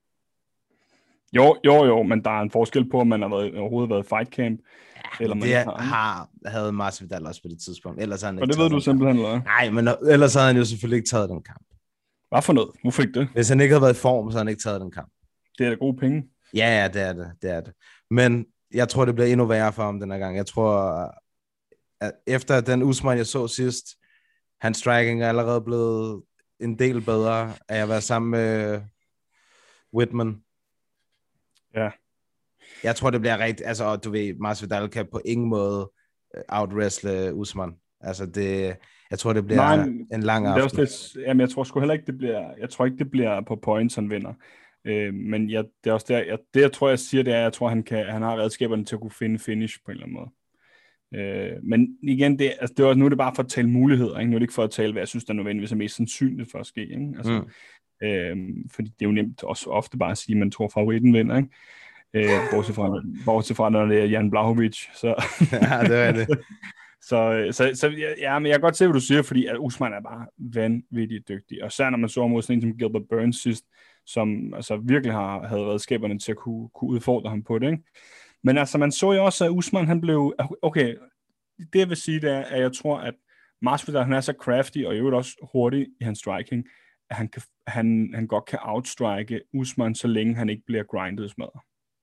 Jo, jo, jo, men der er en forskel på, om man har været, overhovedet været i fight camp, ja, eller man det ikke har, har havde Masvidal også på det tidspunkt. Ellers har han Og ikke det ved du den simpelthen, kamp. eller? Nej, men ellers havde han jo selvfølgelig ikke taget den kamp. Hvad for noget? Hvorfor ikke det? Hvis han ikke havde været i form, så havde han ikke taget den kamp. Det er da gode penge. Ja, ja, det er det, det er det. Men jeg tror, det bliver endnu værre for ham den her gang. Jeg tror, at efter den Usman, jeg så sidst, hans striking er allerede blevet en del bedre af at være sammen med Whitman. Ja. Jeg tror, det bliver rigtigt. Altså, du ved, Masvidal kan på ingen måde out-wrestle Usman. Altså, det, jeg tror, det bliver Nej, en lang det er aften. også det, jamen, jeg tror sgu heller ikke, det bliver, jeg tror ikke, det bliver på points, han vinder. Øh, men jeg, det er også der, jeg, det, jeg tror, jeg siger, det er, jeg tror, han, kan, han har redskaberne til at kunne finde finish på en eller anden måde. Øh, men igen, det, altså, det er også, nu er det bare for at tale muligheder, ikke? Nu er det ikke for at tale, hvad jeg synes, der nødvendigvis er mest sandsynligt for at ske. Ikke? Altså, mm. øh, fordi det er jo nemt også ofte bare at sige, at man tror, favoritten vinder, ikke? Øh, bortset, fra, bortset fra, når det er Jan Blachowicz. Så. Ja, det er det. Så, så, så ja, men jeg kan godt se, hvad du siger, fordi at Usman er bare vanvittigt dygtig. Og særligt når man så mod sådan en som Gilbert Burns sidst, som altså virkelig har, havde redskaberne til at kunne, kunne udfordre ham på det. Ikke? Men altså, man så jo også, at Usman, han blev... Okay, det jeg vil sige, det er, at jeg tror, at Masvidal, han er så crafty, og i øvrigt også hurtig i hans striking, at han, kan, han, han godt kan outstrike Usman, så længe han ikke bliver grindet smadret.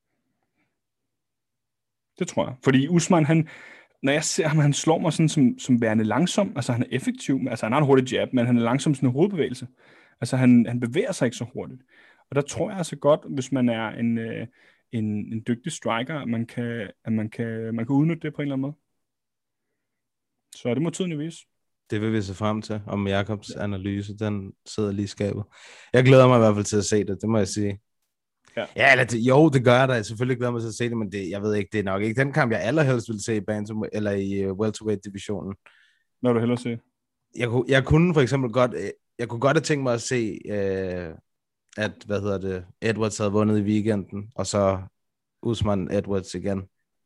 Det tror jeg. Fordi Usman, han... Når jeg ser ham, han slår mig sådan som, som værende langsom. Altså, han er effektiv. Altså, han har en hurtig jab, men han er langsom sådan en hovedbevægelse. Altså, han, han bevæger sig ikke så hurtigt. Og der tror jeg altså godt, hvis man er en, øh, en, en dygtig striker, at man kan, at man kan, man kan udnytte det på en eller anden måde. Så det må tiden jo vise. Det vil vi se frem til, om Jakobs analyse, den sidder lige i skabet. Jeg glæder mig i hvert fald til at se det, det må jeg sige. Ja, ja eller det, jo, det gør jeg da. Selvfølgelig glæder mig til at se det, men det, jeg ved ikke, det er nok ikke den kamp, jeg allerhelst ville se i bantam eller i uh, welterweight-divisionen. Hvad vil du hellere se? Jeg, jeg kunne for eksempel godt, jeg kunne godt have tænkt mig at se, øh, at, hvad hedder det, Edwards havde vundet i weekenden, og så Usman Edwards igen.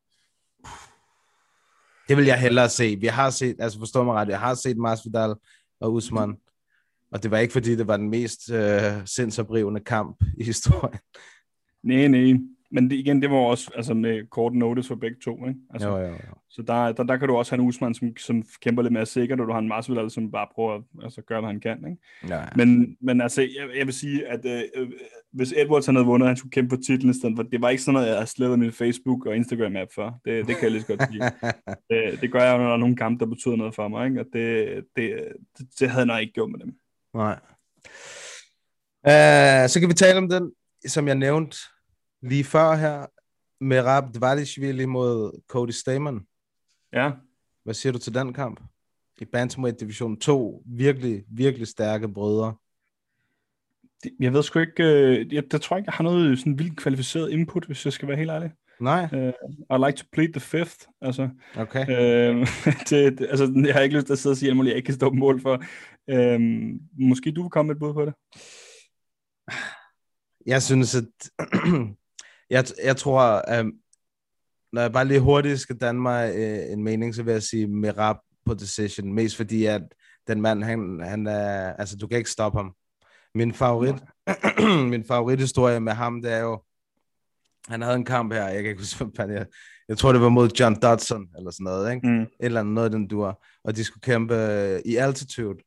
Det vil jeg hellere se. Vi har set, altså forstår mig ret, jeg har set Masvidal og Usman, og det var ikke fordi, det var den mest øh, sindsoprivende kamp i historien. Nej, nej. Men det, igen, det var også altså med kort notice for begge to, ikke? Altså, jo, jo, jo. Så der, der, der kan du også have en Usman, som, som kæmper lidt mere sikkert, og du har en Masvidal, som bare prøver at altså, gøre, hvad han kan, ikke? Ja, ja. Men, men altså, jeg, jeg vil sige, at øh, hvis Edwards havde vundet, han skulle kæmpe på titlen i stedet for, det var ikke sådan noget, jeg har slettet min Facebook og Instagram-app for. Det, det kan jeg lige så godt sige. det, det gør jeg, når der er nogle kampe, der betyder noget for mig, ikke? Og det, det, det, det havde jeg nok ikke gjort med dem. Nej. Uh, så kan vi tale om den, som jeg nævnte lige før her, Merab Dvalishvili mod Cody Stamann. Ja. Hvad siger du til den kamp? I bantamweight division to, virkelig, virkelig stærke brødre. Jeg ved sgu ikke, øh, jeg, jeg tror ikke, jeg har noget sådan vildt kvalificeret input, hvis jeg skal være helt ærlig. Nej. Uh, I like to plead the fifth, altså. Okay. Uh, det, det, altså, jeg har ikke lyst til at sidde og sige, at jeg ikke kan stå på mål for. Uh, måske du vil komme med et bud på det? Jeg synes, at jeg, jeg tror, um, når jeg bare lige hurtigt skal danne mig uh, en mening, så vil jeg sige Merab på decision, mest fordi, at den mand, han, han er, altså du kan ikke stoppe ham. Min favorit, min favorithistorie med ham, det er jo, han havde en kamp her, jeg kan ikke huske, jeg, jeg tror det var mod John Dodson, eller sådan noget, ikke? Mm. Et eller andet, noget den dur, og de skulle kæmpe uh, i altitude.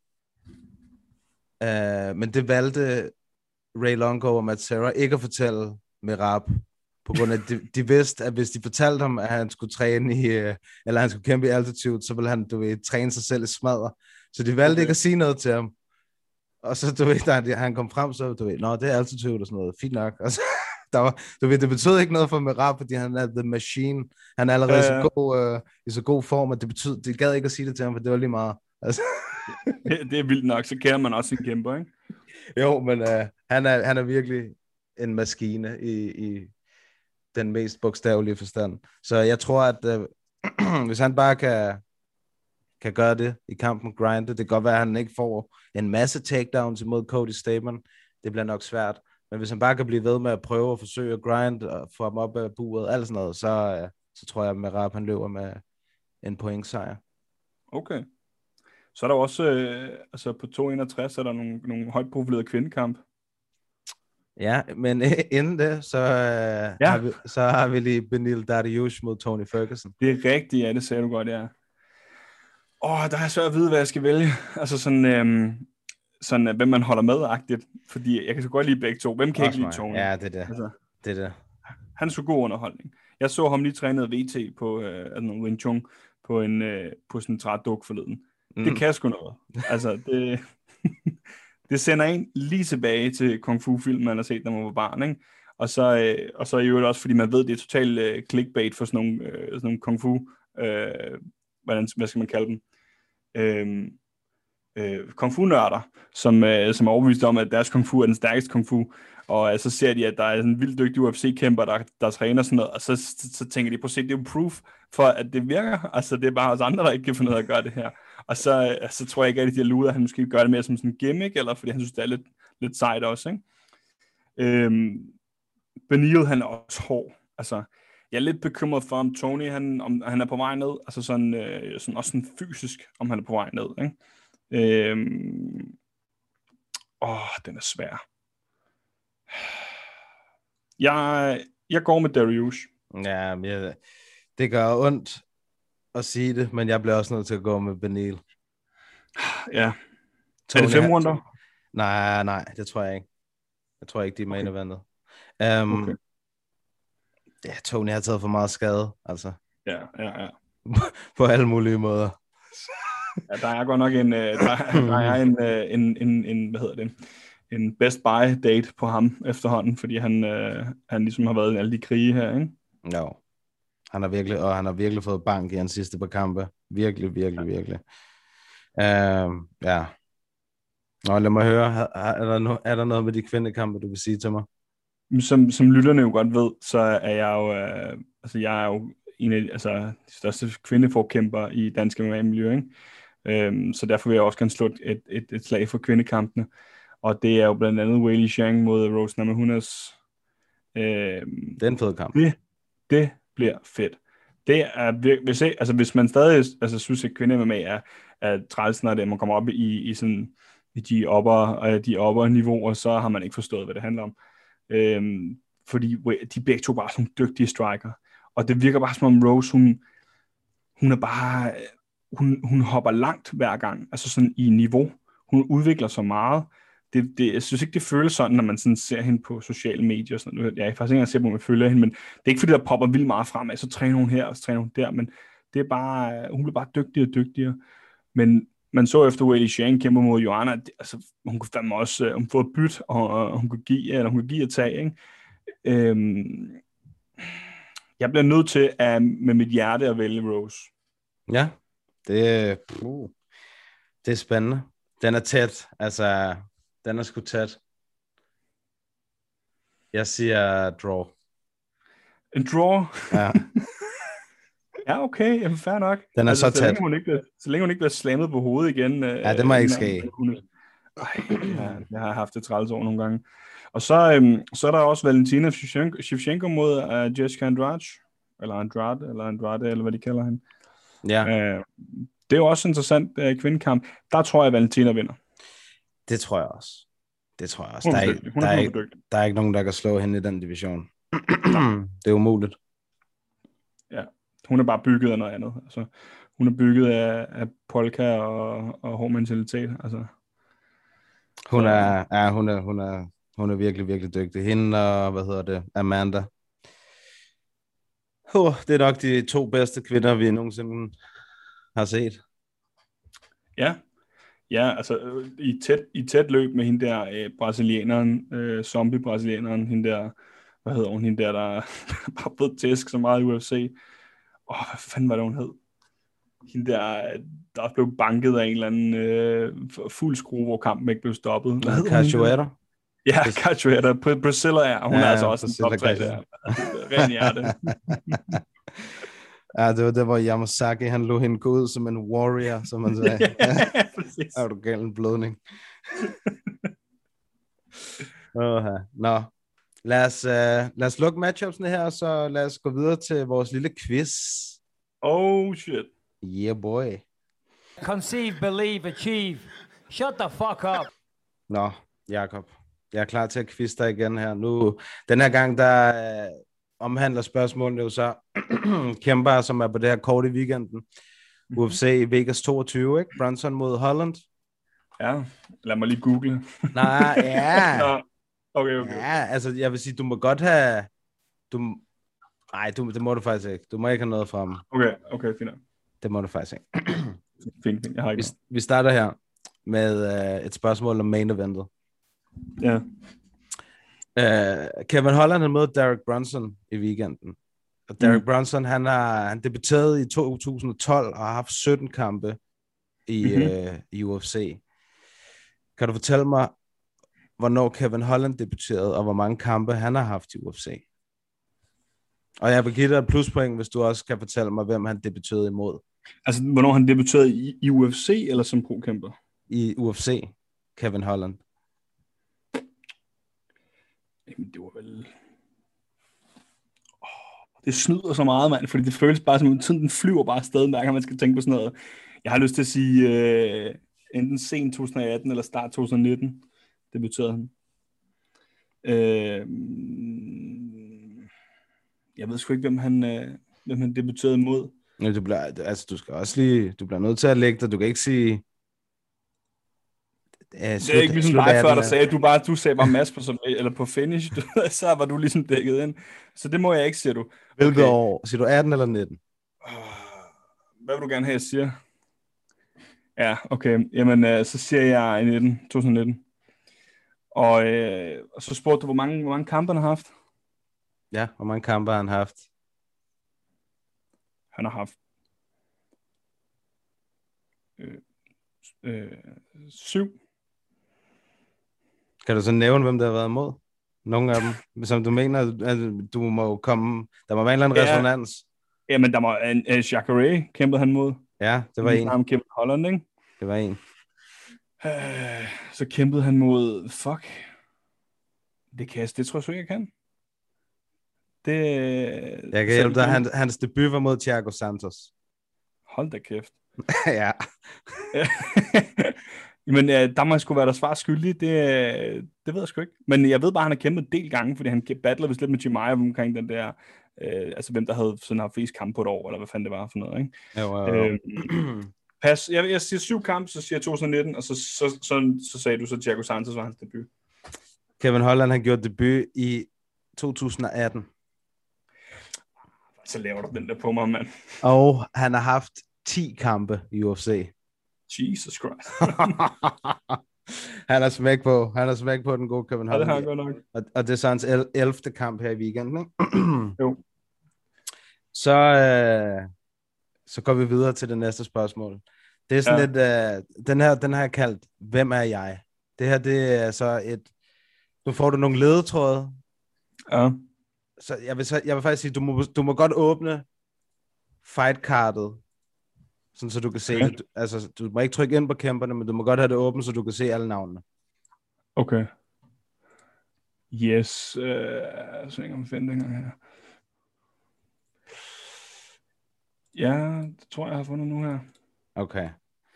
Uh, men det valgte Ray Longo og Matt Serra ikke at fortælle Merab, på grund af, de, de vidste, at hvis de fortalte ham, at han skulle træne i, uh, eller han skulle kæmpe i altitude, så ville han, du ved, træne sig selv i smadre. Så de valgte okay. ikke at sige noget til ham. Og så, du ved, da han kom frem, så, du ved, nå, det er altitude og sådan noget, fint nok. Og så, der var, du ved, det betød ikke noget for Merab, fordi han er the machine. Han er allerede ja, ja. Så god, uh, i så god form, at det betød, det gad ikke at sige det til ham, for det var lige meget. Altså. det, det er vildt nok, så kærer man også en kæmper, ikke? Jo, men uh, han, er, han er virkelig en maskine i, i den mest bogstavelige forstand. Så jeg tror, at uh, hvis han bare kan, kan gøre det i kampen, grinde, det kan godt være, at han ikke får en masse takedowns imod Cody Stamann. Det bliver nok svært. Men hvis han bare kan blive ved med at prøve at forsøge at grinde og få ham op af buret, alt sådan noget, så, uh, så tror jeg, at Merab han løber med en pointsejr. Okay. Så er der også, øh, altså på to enogtres er der nogle, nogle højt profilerede kvindekamp. Ja, men inden det, så, øh, ja. har, vi, så har vi lige Beneil Dariush mod Tony Ferguson. Det er rigtigt, ja, det sagde du godt, ja. Åh, der er svært at vide, hvad jeg skal vælge. Altså sådan, øhm, sådan hvem man holder med-agtigt. Fordi jeg kan så godt lide begge to. Hvem kan også ikke lide Tony? Ja, det er det. Altså, det, er det. Han er så god underholdning. Jeg så ham lige trænet V T på øh, altså Wing Chun på, en, øh, på sådan en træduk forleden. Mm. Det kan sgu noget. Altså, det, det sender en lige tilbage til Kung Fu-film, man har set, når man var barn, ikke? Og så, øh, og så er jo også, fordi man ved, det er totalt øh, clickbait for sådan nogle, øh, sådan nogle Kung Fu, øh, hvordan, hvad skal man kalde dem? Øh, øh, Kung Fu-nørder, som, øh, som er overbevist om, at deres Kung Fu er den stærkeste Kung Fu. Og øh, så ser de, at der er sådan en vildt dygtig U F C-kæmper, der, der træner sådan noget, og så, så, så tænker de, prøv at se, det er jo proof for, at det virker. Altså, det er bare os andre, der ikke kan finde ud af at gøre det her. Og så, så tror jeg ikke, at de har luret, at han måske gør det mere som sådan en gimmick, eller fordi han synes, det er lidt, lidt sejt også, ikke? Øhm, Beneil, han er også hård. Altså, jeg er lidt bekymret for, om Tony, han, om han er på vej ned, altså sådan, øh, sådan også sådan fysisk, om han er på vej ned, ikke? Øhm, åh, den er svær. Jeg, jeg går med Dariush. Ja, men jeg, det gør ondt at sige det, men jeg bliver også nødt til at gå med Beneil. Ja. Tony, er det fem runder? Nej, nej, det tror jeg ikke. Jeg tror ikke, de er main eventet. Um, okay. Ja, Tony har taget for meget skade, altså. Ja, ja, ja. På alle mulige måder. Ja, der er godt nok en, der, der er en, en, en, en, hvad hedder det, en best buy date på ham efterhånden, fordi han, øh, han ligesom har været i alle de krige her, ikke? Jo. Han har virkelig, og han har virkelig fået bank i hans sidste par kampe. Virkelig, virkelig, ja. virkelig. Uh, ja. Nå, lad mig høre. Er der, no, er der noget med de kvindekampe, du vil sige til mig? Som, som lytterne jo godt ved, så er jeg jo, øh, altså jeg er jo en af altså, de største kvindeforkæmper i dansk M M A-miljø, ikke? Øhm, så derfor vil jeg også gerne slå et, et, et slag for kvindekampene. Og det er jo blandt andet Weili Zhang mod Rose Namajunas. Øhm, det er en fed kamp. Det, det bliver fedt. Det er virkelig, hvis, altså, hvis man stadig altså, synes, at kvinde-M M A er, er træls, når det, man kommer op i, i, sådan, i de upper, de upper niveauer, så har man ikke forstået, hvad det handler om. Øhm, fordi de begge to bare er sådan dygtige striker. Og det virker bare som om Rose, hun, hun er bare, hun, hun hopper langt hver gang, altså sådan i niveau. Hun udvikler så meget. Det, det, jeg synes ikke, det føles sådan, når man sådan ser hende på sociale medier. Og sådan noget. Jeg er faktisk ikke engang sikker på, om jeg følger hende, men det er ikke fordi, der popper vildt meget frem. Så træner hun her, og så træner hun der, men det er bare, hun bliver bare dygtigere og dygtigere. Men man så efter Weili Zhang kæmper mod Joanna, altså, hun kunne fandme også hun få et byt, og, og hun kunne give, eller hun kunne give et tag, ikke? Øhm, jeg bliver nødt til at med mit hjerte at vælge Rose. Ja, det, uh, det er spændende. Den er tæt, altså, den er sgu tæt. Jeg siger draw. En draw? Ja. Ja, okay, jamen, fair nok. Den er altså, så, så tæt. Længe hun ikke, så længe hun ikke bliver slammet på hovedet igen. Ja, det må ikke ske. Hun, ej, ja, jeg har haft det træls over nogle gange. Og så, øhm, så er der også Valentina Shevchenko mod uh, Jessica Andrade, eller Andrade, eller Andrade, eller hvad de kalder hende. Ja. Uh, det er jo også en interessant uh, kvindekamp. Der tror jeg, at Valentina vinder. Det tror jeg også. Det tror jeg også. Der er, ikke, der, er ikke, der er ikke nogen, der kan slå hende i den division. Det er umuligt. Ja, hun er bare bygget af noget andet. Altså, hun er bygget af, af polka og, og hård mentalitet. Altså. Hun er, ja, hun er, hun er, hun er virkelig, virkelig dygtig. Hende og, hvad hedder det, Amanda. Oh, det er nok de to bedste kvinder, vi nogensinde har set. Ja, ja, altså i tæt, i tæt løb med hende der øh, brasilianeren, øh, zombie-brasilianeren, hende der, hvad hedder hun, hende der, der bare blevet tæsk så meget i U F C. Åh, oh, hvad fanden var det, hun hed? Hende der, der blev banket af en eller anden øh, fuld skrue, hvor kampen ikke blev stoppet. Cachoeira? Ja, Cachoeira. Priscilla er, hun ja, er altså også en top tre der. Ren hjerte. Ja, det var det, hvor Yamasaki, han lå hende gå ud som en warrior, som man sagde. Ja, præcis. Er du gal en blødning? Oha. Nå, lad os, uh, lad os lukke matchupsene her, så lad os gå videre til vores lille quiz. Oh, shit. Yeah, boy. Conceive, believe, achieve. Shut the fuck up. Nå, Jakob. Jeg er klar til at quizze dig igen her. Nu, den her gang, der uh, omhandler spørgsmålene jo så kæmper, som er på det her kort i weekenden. Mm-hmm. U F C Vegas toogtyve, ikke? Brunson mod Holland. Ja, lad mig lige google. Nej, ja. Nå, okay, okay. Ja, altså jeg vil sige, du må godt have... Du... Nej, du, det må du faktisk ikke. Du må ikke have noget frem. Okay, okay, fint. Det må du faktisk ikke. Fint, fint. Jeg har ikke vi, vi starter her med uh, et spørgsmål om main eventet. Ja. Uh, Kevin Holland har mødt Derek Brunson i weekenden. Og Derek mm. Brunson, han har han debuteret i to tusind og tolv og har haft sytten kampe i, mm-hmm. uh, i U F C. Kan du fortælle mig, hvornår Kevin Holland debuterede, og hvor mange kampe han har haft i U F C? Og jeg vil give dig et pluspoint, hvis du også kan fortælle mig, hvem han debuterede imod. Altså, hvornår han debuterede i, i U F C, eller som pro-kæmper? I U F C, Kevin Holland. Jamen, det var vel... Oh, det snyder så meget, mand, fordi det føles bare som, tiden den flyver bare afsted, hver gang man skal tænke på sådan noget. Jeg har lyst til at sige, øh, enten sen to tusind atten eller start to tusind nitten, debuterede han. Øh, jeg ved sgu ikke, hvem han, øh, hvem han debuterede imod. Ja, du, bliver, altså, du skal også lige, du bliver nødt til at lægge dig, du kan ikke sige... Uh, slut, det er ikke ligesom dig før, der sagde, at du, bare, du sagde bare Mads på, som, eller på finish, du, så var du ligesom dækket ind. Så det må jeg ikke, siger du. Hvilket okay. år? Siger du atten eller nitten? Hvad vil du gerne have, jeg siger? Ja, okay. Jamen, uh, så siger jeg i nitten, to tusind nitten. Og, uh, og så spurgte du, hvor mange, hvor mange kampe han har haft? Ja, hvor mange kampe har han haft? Han har haft øh, øh, syv. Kan du så nævne, hvem der har været imod? Nogle af dem, som du mener, at du må komme... Der må være en eller anden Ja. resonans. Jamen, der var en, en Jacare kæmpede han mod. Ja, det var en. Han kæmpede Holland, ikke? Det var en. Øh, så kæmpede han mod... Fuck. Det kan jeg, det tror jeg sgu ikke, jeg kan. Det... Jeg kan hjælpe dig. Han, hans debut var mod Thiago Santos. Hold da kæft. Ja. Men øh, der må jeg sgu være der svar skyldig. Det, øh, det ved jeg sgu ikke. Men jeg ved bare, at han har kæmpet en del gange, fordi han battlede vist lidt med Chimaev omkring den der... Øh, altså, hvem der havde sådan haft flest kampe på et år, eller hvad fanden det var for noget, ikke? Jo, jo, jo. Øh, pas. Jeg, jeg siger syv kampe, så siger jeg to tusind nitten, og så, så, så, så, så sagde du så, Thiago Santos var hans debut. Kevin Holland, han gjorde debut i to tusind atten. Så laver du den der på mig, mand. Og han har haft ti kampe i U F C. Jesus Christ. Han har smæk på. Han har smæk på den gode Kevin Holland. Ja, det har han godt nok. Og, og det er så hans el- ellevte kamp her i weekenden, ikke? Jo. Så, øh, så går vi videre til det næste spørgsmål. Det er sådan Ja. lidt... Øh, den her, den her er kaldt, hvem er jeg? Det her, det er så et... Nu får du nogle ledetråde. Ja. Så jeg vil, så, jeg vil faktisk sige, du må, du må godt åbne fightkartet, sådan så du kan se Okay. det. Altså, du må ikke trykke ind på kæmperne, men du må godt have det åbent, så du kan se alle navnene. Okay. Yes. Øh, så jeg kan finde den her. Ja, det tror jeg, jeg har fundet nu her. Okay.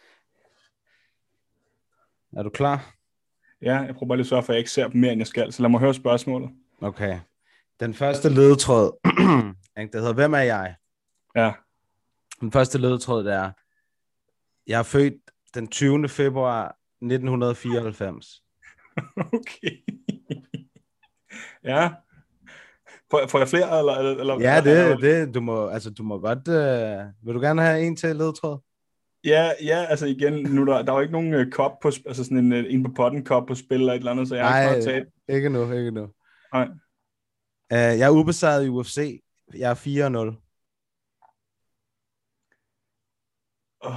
Er du klar? Ja, jeg prøver bare lige at sørge for, at jeg ikke ser dem mere, end jeg skal. Så lad mig høre spørgsmålet. Okay. Den første ledetråd, det hedder, hvem er jeg? Ja. Den første ledetråd, det er, jeg er født den tyvende februar nitten fireoghalvfems. Okay. Ja. Får, får jeg flere, eller? eller Ja, eller, det, det, du må, altså, du må godt, øh, vil du gerne have en til ledetråd? Ja, ja, altså igen, nu der, der er jo ikke nogen uh, kop på, altså sådan en, uh, en på potten kop på spil eller et eller andet, så jeg har ikke Nej, taget. ikke nu, ikke nu. Nej. Uh, jeg er ubesejret i U F C. Jeg er fire nul. Oh.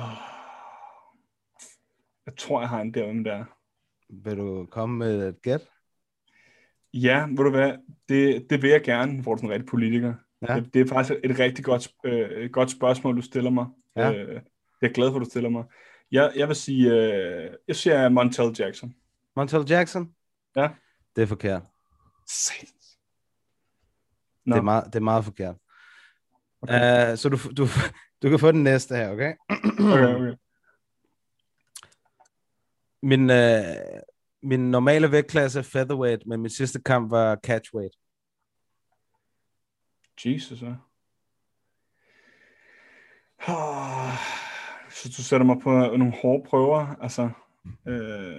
Jeg tror, jeg har en der, hvem der. Vil du komme med et gæt? Ja, ved du hvad, det, det vil jeg gerne, hvor du er sådan en rigtig politiker. Ja. Det, det er faktisk et rigtig godt, øh, et godt spørgsmål, du stiller mig. Ja. Øh, det er jeg glad for, du stiller mig. Jeg, jeg vil sige, øh, jeg siger Montel Jackson. Montel Jackson? Ja. Det er forkert. No. Det er meget, det er meget forkert. Okay. Uh, så du, du, du kan få den næste her, okay? Okay, okay. Min, uh, min normale vægtklasse er featherweight, men min sidste kamp var catchweight. Jesus, ja. Oh, så du sætter mig på nogle hårde prøver, altså... Øh...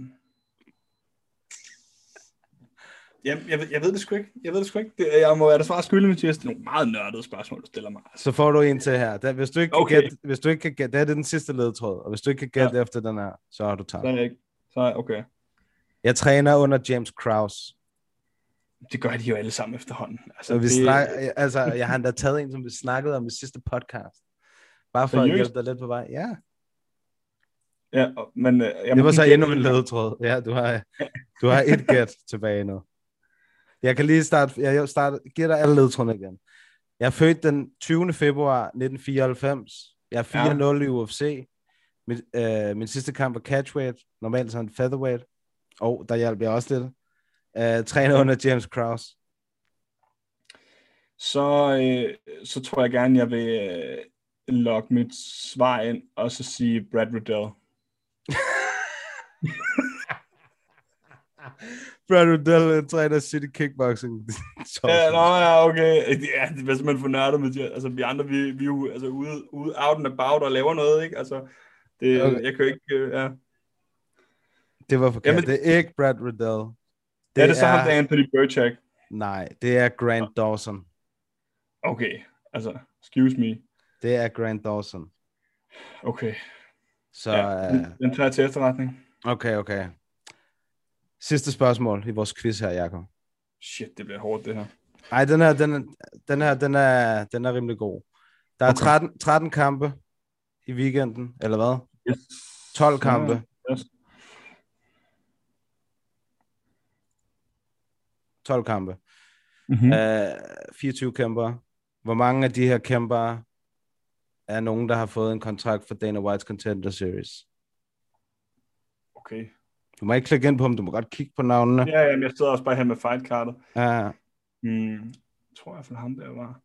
Jeg, jeg, ved, jeg ved det sgu ikke. Jeg ved det sgu ikke. Det, jeg må være der svar skyldig, Mathias. Det er nogle meget nørdede spørgsmål, du stiller mig. Så får du en til her. Den, hvis du ikke kan Okay. gætte, hvis du ikke kan gætte, det er den sidste ledetråd, og hvis du ikke kan gætte ja. efter den her, så har du tabt. Så er jeg ikke. Så er jeg, okay. Jeg træner under James Krause. Det gør de jo alle sammen efterhånden. Altså, Så vi det... snak, altså, jeg har endda taget en, som vi snakkede om i sidste podcast. Bare for Seriøst? at hjælpe dig lidt på vej. Ja. Ja, men... Øh, jeg Det må var så lige endnu en gætte- ledetråd. Ja, du har, du har et gæt tilbage nu. Jeg kan lige starte, jeg starter, giver dig alle ledetrådene igen. Jeg er født den tyvende februar nitten fireoghalvfems. Jeg er fire nul ja. i U F C. Min, øh, min sidste kamp var catchweight. Normalt sådan featherweight. Og der hjalp jeg også lidt. Øh, træner under James Krause. Så, øh, så tror jeg gerne, jeg vil øh, logge mit svar ind, og så sige Brad Riddell. Brad Riddell træner City Kickboxing. Ja, nå, ja, okay. Ja, det er simpelthen for nørdet med det. Altså, vi andre, vi, vi er jo altså, ude, ude out and about og laver noget, ikke? Altså, det, Okay. jeg kan jo ikke, øh, ja. Det var forkert. Jamen- Det er ikke Brad Riddell. Det er det så ham, der er Anthony Burchak? Nej, det er Grant Dawson. Okay, altså, excuse me. Det er Grant Dawson. Okay. Så, Ja, den, den tager jeg til efterretning. okay, okay. Sidste spørgsmål i vores quiz her, Jakob. Shit, det bliver hårdt, det her. Ej, den her, den, er- den her, den er, den er rimelig god. Der er Okay. tretten, tretten kampe i weekenden, eller hvad? Yes. tolv kampe. Yes. tolv kampe. Mm-hmm. Uh, fireogtyve kæmper. Hvor mange af de her kæmper er nogen, der har fået en kontrakt for Dana White's Contender Series? Okay. Du må ikke klikke ind på dem, du må godt kigge på navnene. Ja, ja, men jeg sidder også bare her med fightkartet. Ja. Mm, jeg tror i hvert fald ham der var...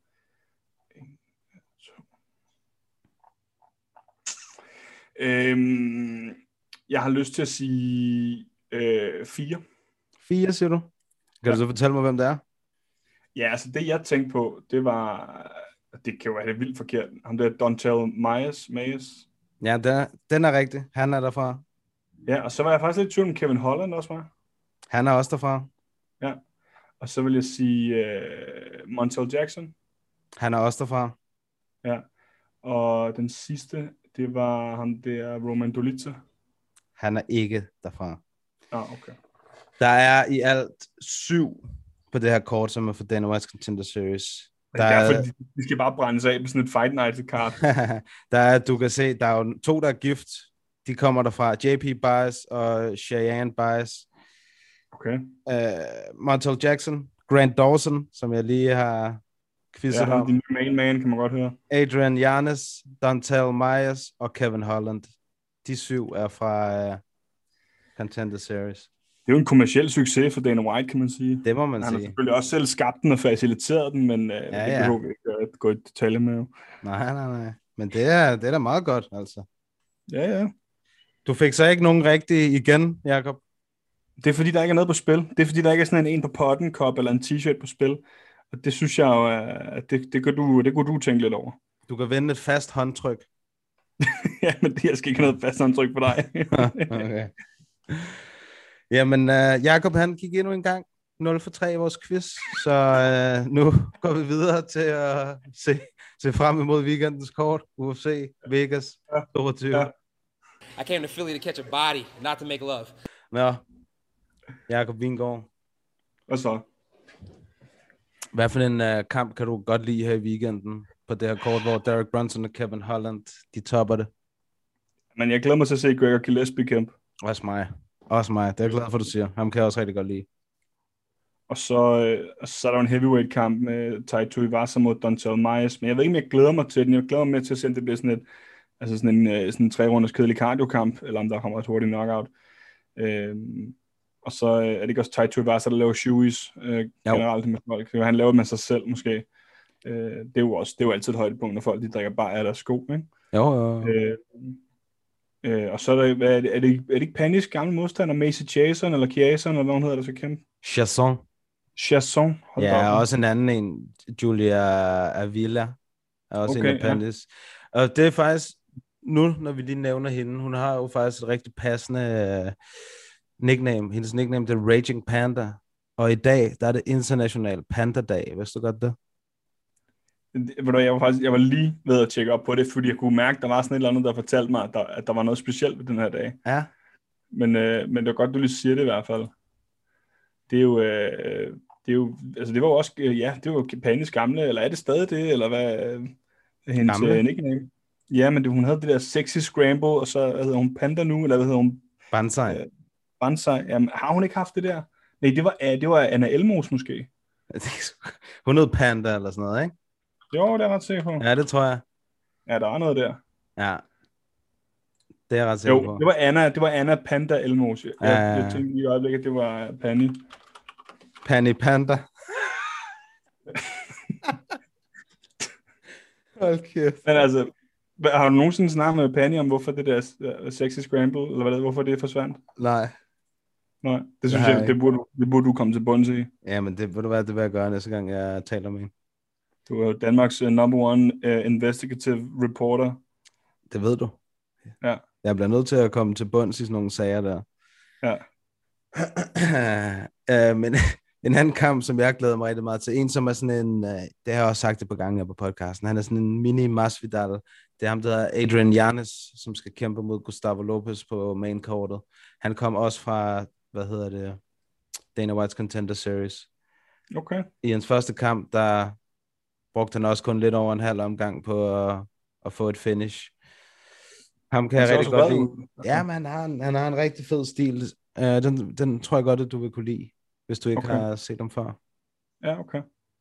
Øhm, jeg har lyst til at sige øh, fire. Fire, siger du? Kan ja. du så fortælle mig, hvem det er? Ja, altså det jeg tænkte på, det var... Det kan jo være det vildt forkert. Ham der Dontel Myers. Myers. Ja, den er, den er rigtig. Han er derfra. Ja, og så var jeg faktisk lidt i tvivl om Kevin Holland også var. Han er også derfra. Ja. Og så vil jeg sige uh, Montel Jackson. Han er også derfra. Ja. Og den sidste, det var ham der Roman Dolitza. Han er ikke derfra. Ah, okay. Der er i alt syv på det her kort, som er for Dana White's Contender Series. Der det er derfor, de, de skal bare brændes af på sådan et Fight Night-kart. Der er, du kan se, der er jo to, der er gift. De kommer derfra. J P Bias og Cheyenne Bias. Okay. Uh, Montel Jackson, Grant Dawson, som jeg lige har quizzet ja, om. Din main man, kan man godt høre. Adrian Yanez, Dontel Myers og Kevin Holland. De syv er fra uh, Contender Series. Det er jo en kommerciel succes for Dana White, kan man sige. Det må man Han sige. Han har selvfølgelig også selv skabt den og faciliteret den, men uh, ja, det ja. behøver vi ikke at gå i detalje med. Jo. Nej, nej, nej. Men det er, det er da meget godt, altså. Ja, ja. Du fik så ikke nogen rigtig igen, Jakob? Det er fordi, der ikke er noget på spil. Det er fordi, der ikke er sådan en en på potten kop eller en t-shirt på spil. Og det synes jeg jo, at det, det, kunne du, det kunne du tænke lidt over. Du kan vinde et fast håndtryk. Ja, men det, jeg skal ikke have noget fast håndtryk på dig. Okay. Jamen, uh, Jakob han gik endnu en gang nul for tre i vores quiz, så uh, nu går vi videre til at se, se frem imod weekendens kort. U F C, Vegas, toogtyve. Ja. I came to Philly to catch a body, not to make love. Nå, Jakob Vingård. Hvad så? Hvad for en uh, kamp kan du godt lide her i weekenden på det her kort, hvor Derek Brunson og Kevin Holland, de topper det? Men jeg glæder mig til at se Gregor Gillespie kæmpe. Også mig. Også mig. Det er jeg glad for, du siger. Ham kan jeg også rigtig godt lide. Og så, øh, så er der en heavyweight kamp med Tai Tuivasa mod Dontel Myers. Men jeg ved ikke, om jeg glæder mig til den. Jeg glæder mig med til at sende det bliver sådan et, altså sådan en, øh, sådan en tre-runders kedelig cardio-kamp, eller om der kommer et hurtigt knockout. Øh, og så øh, er det ikke også Tai Tuivasa, der laver shoeies øh, generelt med folk. Så han laver det med sig selv måske. Øh, det er jo også, det er jo altid et højdepunkt, når folk de drikker bare af deres sko, ikke? Jo, jo. Øh, øh, og så er, der, er, det, er, det, er det ikke Panis gamle modstander, Macy Chason, eller Chiason, eller hvad hun hedder, der skal kæmpe? Chasson. Chasson. Ja, og også en anden en, Julia Avila, er også okay, en af Panis. Ja. Og det er faktisk, nu når vi lige nævner hende, hun har jo faktisk et rigtig passende uh, nickname. Hendes nickname, det er Raging Panda. Og i dag, der er det International Panda-dag. Vidste du godt det? Jeg var, faktisk, jeg var lige ved at tjekke op på det, fordi jeg kunne mærke, at der var sådan et eller andet, der fortalte mig, at der, at der var noget specielt ved den her dag. Ja. Men, øh, men det er godt, du lige siger det i hvert fald. Det er jo, øh, det er jo, altså det var jo også, øh, ja, det var jo Panis gamle, eller er det stadig det, eller hvad er hendes øh, nickname? Ja, men det, hun havde det der sexy scramble, og så hvad hedder hun Panda nu, eller hvad hedder hun? Banzai. Øh, Banzai. Jamen, har hun ikke haft det der? Nej, det var, det var Anna Elmos måske. Hun hed Panda, eller sådan noget, ikke? Jo, det er ret sikker på. Ja, det tror jeg. Ja, der er noget der. Ja. Det er jeg ret sikker på. Jo, det var Anna, det var Anna Panda Elmos. Jeg, ja, ja, ja. jeg tænkte lige i øjeblikket, det var Panny. Panny Panda. Hold kæft. Men altså, har du nogensinde snakket med Panny om, hvorfor det der sexy scramble, eller hvad det, hvorfor det forsvandt? Nej. Nej, det synes jeg, jeg det, burde, det burde du komme til bunds i. Ja, men det burde være, det vil jeg gøre næste gang, jeg taler med hende. Du er Danmarks uh, number one uh, investigative reporter. Det ved du. Ja. Jeg bliver nødt til at komme til bunds i sådan nogle sager der. Ja. uh, men en anden kamp, som jeg glæder mig rigtig meget til, en som er sådan en, uh, det har jeg også sagt det på gange her på podcasten, han er sådan en mini Masvidal. Det er ham, der hedder Adrian Yanez, som skal kæmpe mod Gustavo Lopez på main courtet. Han kom også fra, hvad hedder det, Dana White's Contender Series. Okay. I hans første kamp, der brugte han også kun lidt over en halv omgang på at, at få et finish. Ham kan jeg rigtig godt lide. Ja, men han har, en, han har en rigtig fed stil. Uh, den, den tror jeg godt, at du vil kunne lide. hvis du ikke Okay. har set dem før. Ja, okay.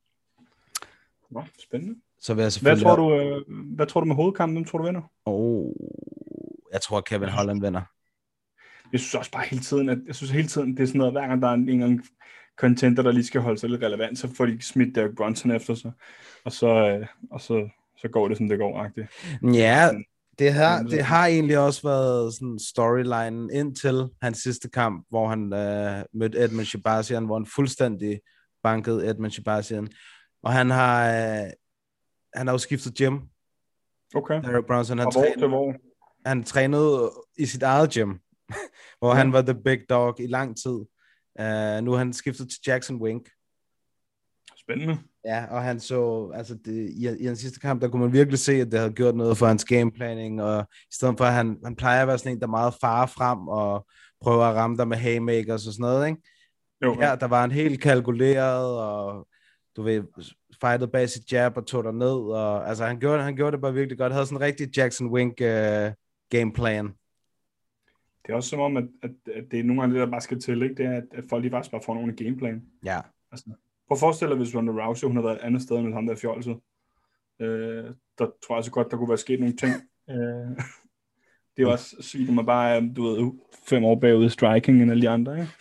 Nå, spændende. Så vil jeg Hvad selvfølgelig... tror du, øh, hvad tror du med hovedkampen? Hvem tror du vinder? Oh, jeg tror, Kevin Holland vinder. Jeg synes også bare hele tiden, at jeg synes hele tiden, det er sådan noget, hver gang der er en, en gang contender, der lige skal holde sig lidt relevant, så får de smidt Derek Brunson efter sig, og så, øh, og så, så går det, som det går-agtigt. Ja, det har, det har egentlig også været sådan storyline indtil hans sidste kamp, hvor han øh, mødte Edmund Shahbazyan, hvor han fuldstændig bankede Edmund Shahbazyan. Og han har, øh, han har jo skiftet gym. Okay. Derek Brunson, han, Og hvor trænede, til hvor? han trænede i sit eget gym, hvor Ja. han var the big dog i lang tid. Uh, nu er han skiftet til Jackson Wink. Spændende. Ja, og han så, altså det, i, i den sidste kamp, der kunne man virkelig se, at det havde gjort noget for hans gameplanning, og i stedet for, at han, han plejer at være sådan en, der meget farer frem, og prøver at ramme dig med haymakers og sådan noget, ikke? Jo, ja, der var han helt kalkuleret, og du ved, fightet bag sit jab og tog der ned, og altså han gjorde, han gjorde det bare virkelig godt. Han havde sådan en rigtig Jackson Wink uh, gameplan. Det er også som om, at, at, at det er nogle gange det, der bare skal til, ikke? Det er, at, at folk lige faktisk bare får nogle gameplan. Ja. Altså, prøv at forestille dig, hvis Ronda Rousey, hun havde været et andet sted end ham der fjolset. Øh, der tror jeg så godt, der kunne være sket nogle ting. Øh, det er også sygt, at man bare er, du ved, fem år bagud i striking end alle de andre, ikke?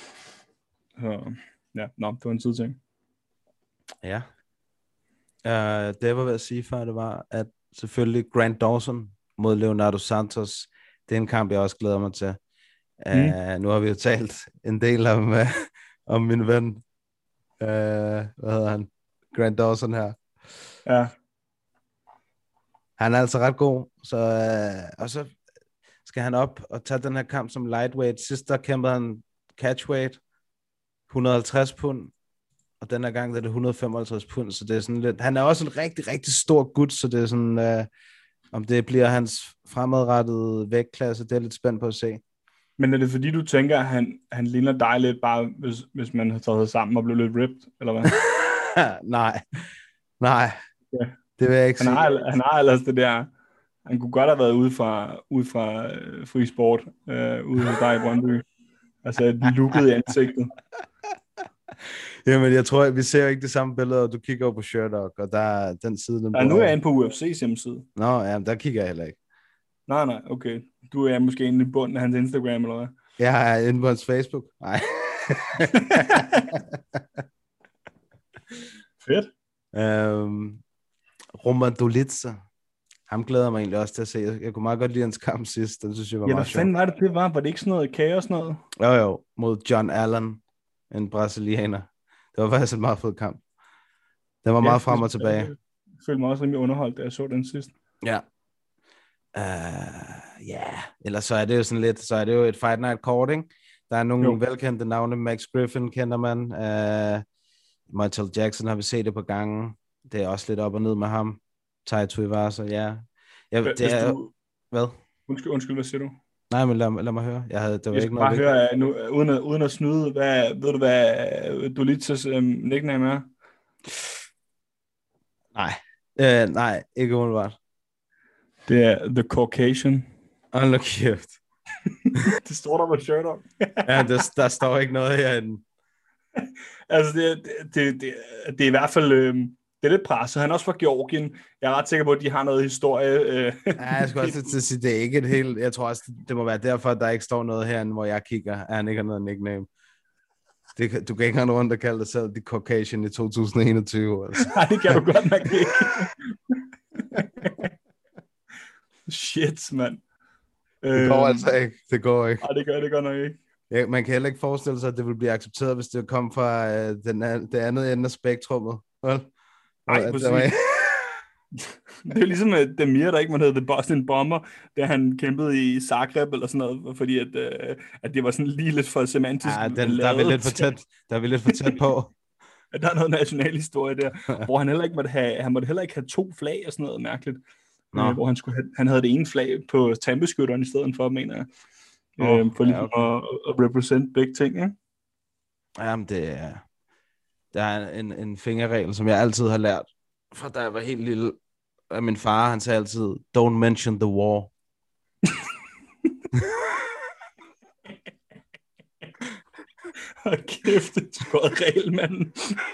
Så, ja, nå, det var en sideting. Ja. Uh, det jeg var ved at sige før, det var, at selvfølgelig Grant Dawson mod Leonardo Santos, det er en kamp, jeg også glæder mig til. Uh, mm. Nu har vi jo talt en del om, uh, om min ven, uh, hvad hedder han, Grant Dawson her. Ja. Han er altså ret god, så, uh, og så skal han op og tage den her kamp som lightweight. Sidst der kæmpede han catchweight, et hundrede og halvtreds pund, og den her gang er det et hundrede og femoghalvtreds pund, så det er sådan lidt, han er også en rigtig, rigtig stor gut, så det er sådan, uh, om det bliver hans fremadrettede vægtklasse, det er lidt spændt på at se. Men er det fordi, du tænker, at han, han ligner dig lidt, bare hvis, hvis man har taget sammen og blev lidt ripped, eller hvad? Nej, nej, ja. Det vil jeg ikke han sige. Har, han har ellers det der, han kunne godt have været ude fra, ude fra uh, Fri Sport, uh, ude hos dig i Brøndby. Altså lukket i ansigtet. Jamen, jeg tror, vi ser jo ikke det samme billede, og du kigger over på Sherdog, og der er den side, den ja, nu er jeg inde på U F C's hjemmeside. Nå, ja, der kigger jeg heller ikke. Nej, nej, okay. Du er måske inde i bunden af hans Instagram, eller hvad? Jeg er inde på hans Facebook. Nej. Fedt. Øhm, Roman Dolitza. Ham glæder mig egentlig også til at se. Jeg, jeg kunne meget godt lide hans kamp sidst, det synes jeg var ja, meget sjovt. Ja, hvad fanden var det, det var? Var det ikke sådan noget kaos noget? Jo, jo. Mod John Allen, en brasilianer. Det var faktisk en meget fed kamp. Den var ja, meget frem og tilbage. Jeg følte mig også rimelig underholdt, da jeg så den sidst. Ja. Ja, uh, yeah. Ellers så er det jo sådan lidt, så er det jo et Fight Night Court, ikke? Der er nogle jo. velkendte navne. Max Griffin kender man. Uh, Michael Jackson har vi set det på gangen. Det er også lidt op og ned med ham. Tai Tuivasa, ja. Jeg, Hvis det er, du... Hvad? Undskyld, undskyld, hvad siger du? Nej, men lad, lad mig høre. Jeg havde, det var jeg ikke noget bare høre, nu, uden, at, uden at snyde, hvad, ved du, hvad Dolitzas um, nickname er? Nej. Uh, nej, ikke umiddelbart. Det er The Caucasian. Hold nu kæft. Det står der på Sherdog. Ja, der, der står ikke noget herinde. Altså, det, det, det, det, det er i hvert fald... Øh, det er lidt presset. Han er også fra Georgien. Jeg er ret sikker på, at de har noget historie. Øh. Ja, jeg skulle også til at sige, det er ikke et helt... Jeg tror også, det må være derfor, at der ikke står noget herinde, hvor jeg kigger, at han ikke har noget nickname. Det, du kan ikke have nogen, der kalder dig selv The Caucasian i to tusind og enogtyve. Altså. Nej, det kan du godt nok ikke. Shit, mand. Det går altså ikke. Det går ikke. Nej, det gør det godt nok ikke. Ja, man kan heller ikke forestille sig, at det vil blive accepteret, hvis det kom fra øh, den, det andet ende af spektrummet. Vel? Nej, præcis. Var... det er jo ligesom uh, Demir, der ikke må hedde The Boston Bomber, da han kæmpede i Zagreb eller sådan noget, fordi at, uh, at det var sådan lige lidt for semantisk. Ja, den, der er vi lidt for tæt, der er vi lidt for tæt på. Der er noget nationalhistorie der, hvor han heller ikke måtte have, han måtte heller ikke have to flag og sådan noget mærkeligt. Uh, hvor han, skulle have, han havde det ene flag på tandbeskytteren i stedet for, mener jeg. Oh, uh, for ligesom ja, okay. at, at represent begge ting, ikke? Jamen, det er... Der er en, en fingerregel, som jeg altid har lært, fra da jeg var helt lille. Og min far, han sagde altid, don't mention the war. Hold kæft, det er skåret regel, mand.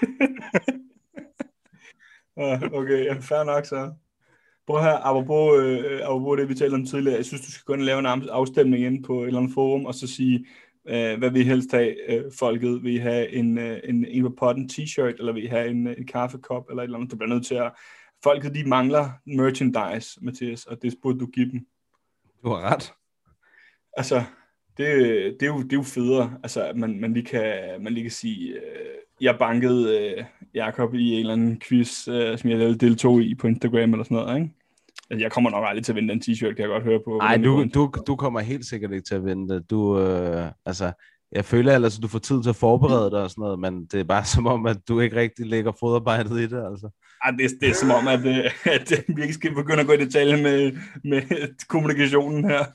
Okay, ja, fair nok så. Prøv her, apropos, øh, apropos det, vi talte om tidligere. Jeg synes, du skal gå ind og lave en afstemning inde på et eller andet forum, og så sige, øh, hvad vil I helst have øh, folket? Vil I have en, øh, en, en på potten t-shirt, eller vil I have en, en kaffekop, eller et eller andet? Du bliver nødt til at... Folket, de mangler merchandise, Mathias, og det burde du give dem. Du har ret. Altså, det, det, er, jo, det er jo federe, altså, at man, man, lige kan, man lige kan sige, øh, jeg bankede øh, Jakob i en eller anden quiz, øh, som jeg deltog i på Instagram eller sådan noget, ikke? Altså, jeg kommer nok aldrig til at vinde den t-shirt, kan jeg godt høre på. Nej, du, du, du kommer helt sikkert ikke til at vinde det. Du, øh, altså, jeg føler ellers, at du får tid til at forberede dig og sådan noget, men det er bare som om, at du ikke rigtig lægger fodarbejdet i det, altså. Ej, det, det er som om, at, at vi ikke skal begynde at gå i detalje med, med kommunikationen her.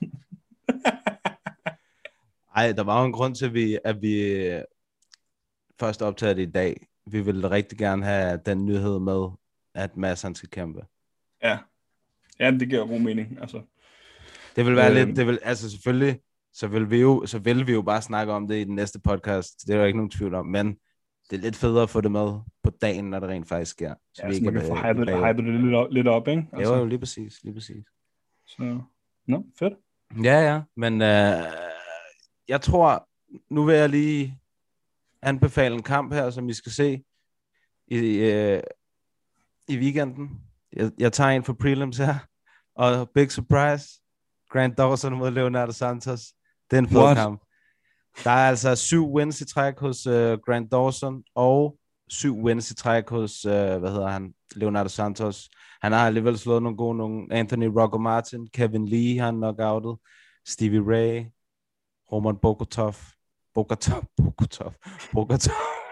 Ej, der var jo en grund til, at vi, at vi først optager det i dag. Vi ville rigtig gerne have den nyhed med, at Mads han skal kæmpe. Ja, ja, det giver god mening. Altså. Det vil være øh... lidt, det vil, altså selvfølgelig, så vil, vi jo, så vil vi jo bare snakke om det i den næste podcast. Det er jo ikke nogen tvivl om, men det er lidt federe at få det med på dagen, når det rent faktisk sker. Så ja, vi så ikke man kan få hypet, hypet det lidt op, lidt op ikke? Altså. Jo, jo, lige præcis, lige præcis. Så, nå, fedt. Ja, ja, men øh, jeg tror, nu vil jeg lige anbefale en kamp her, som vi skal se i, øh, i weekenden. Jeg, jeg tager en for prelims her, og big surprise, Grant Dawson mod Leonardo Santos. Det er en fed kamp. Der er altså syv wins i træk hos uh, Grant Dawson, og syv wins i træk hos, uh, hvad hedder han, Leonardo Santos. Han har alligevel slået nogle gode, nogle Anthony Rocco Martin, Kevin Lee har han knockoutet, Stevie Ray, Roman Bogotov, Bogotov, Bogotov, Bogotov.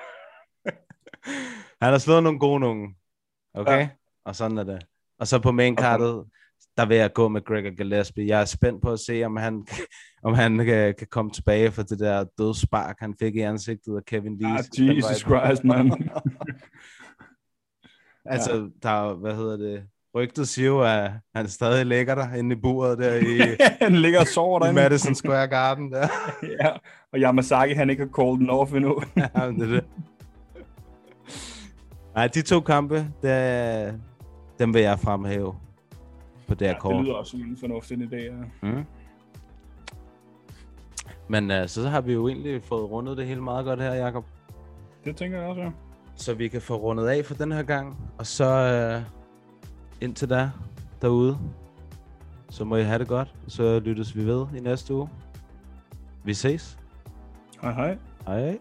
Han har slået nogle gode nogen, okay? Ja. Og sådan er det. Og så på maincardet, der vil jeg gå med Gregor Gillespie. Jeg er spændt på at se, om han, om han kan, kan komme tilbage for det der dødspark, han fik i ansigtet af Kevin Lee. Ah, Jesus Christ, man. Altså, ja. Der hvad hedder det? Rygtet siger jo, at han stadig ligger der inde i buret der i... han ligger og sover derinde. I Madison Square Garden der. Ja, og Yamasaki, han ikke har called den off endnu. Ja, det er det. Nej, de to kampe, der, dem vil jeg fremhæve på det her ja, kort. Det lyder også en fornuftig idé, ja. Mm. Men uh, så, så har vi jo egentlig fået rundet det hele meget godt her, Jakob. Det tænker jeg også, ja. Så vi kan få rundet af for den her gang. Og så uh, indtil da, derude, så må I have det godt. Så lyttes vi ved i næste uge. Vi ses. Hej hej. Hej.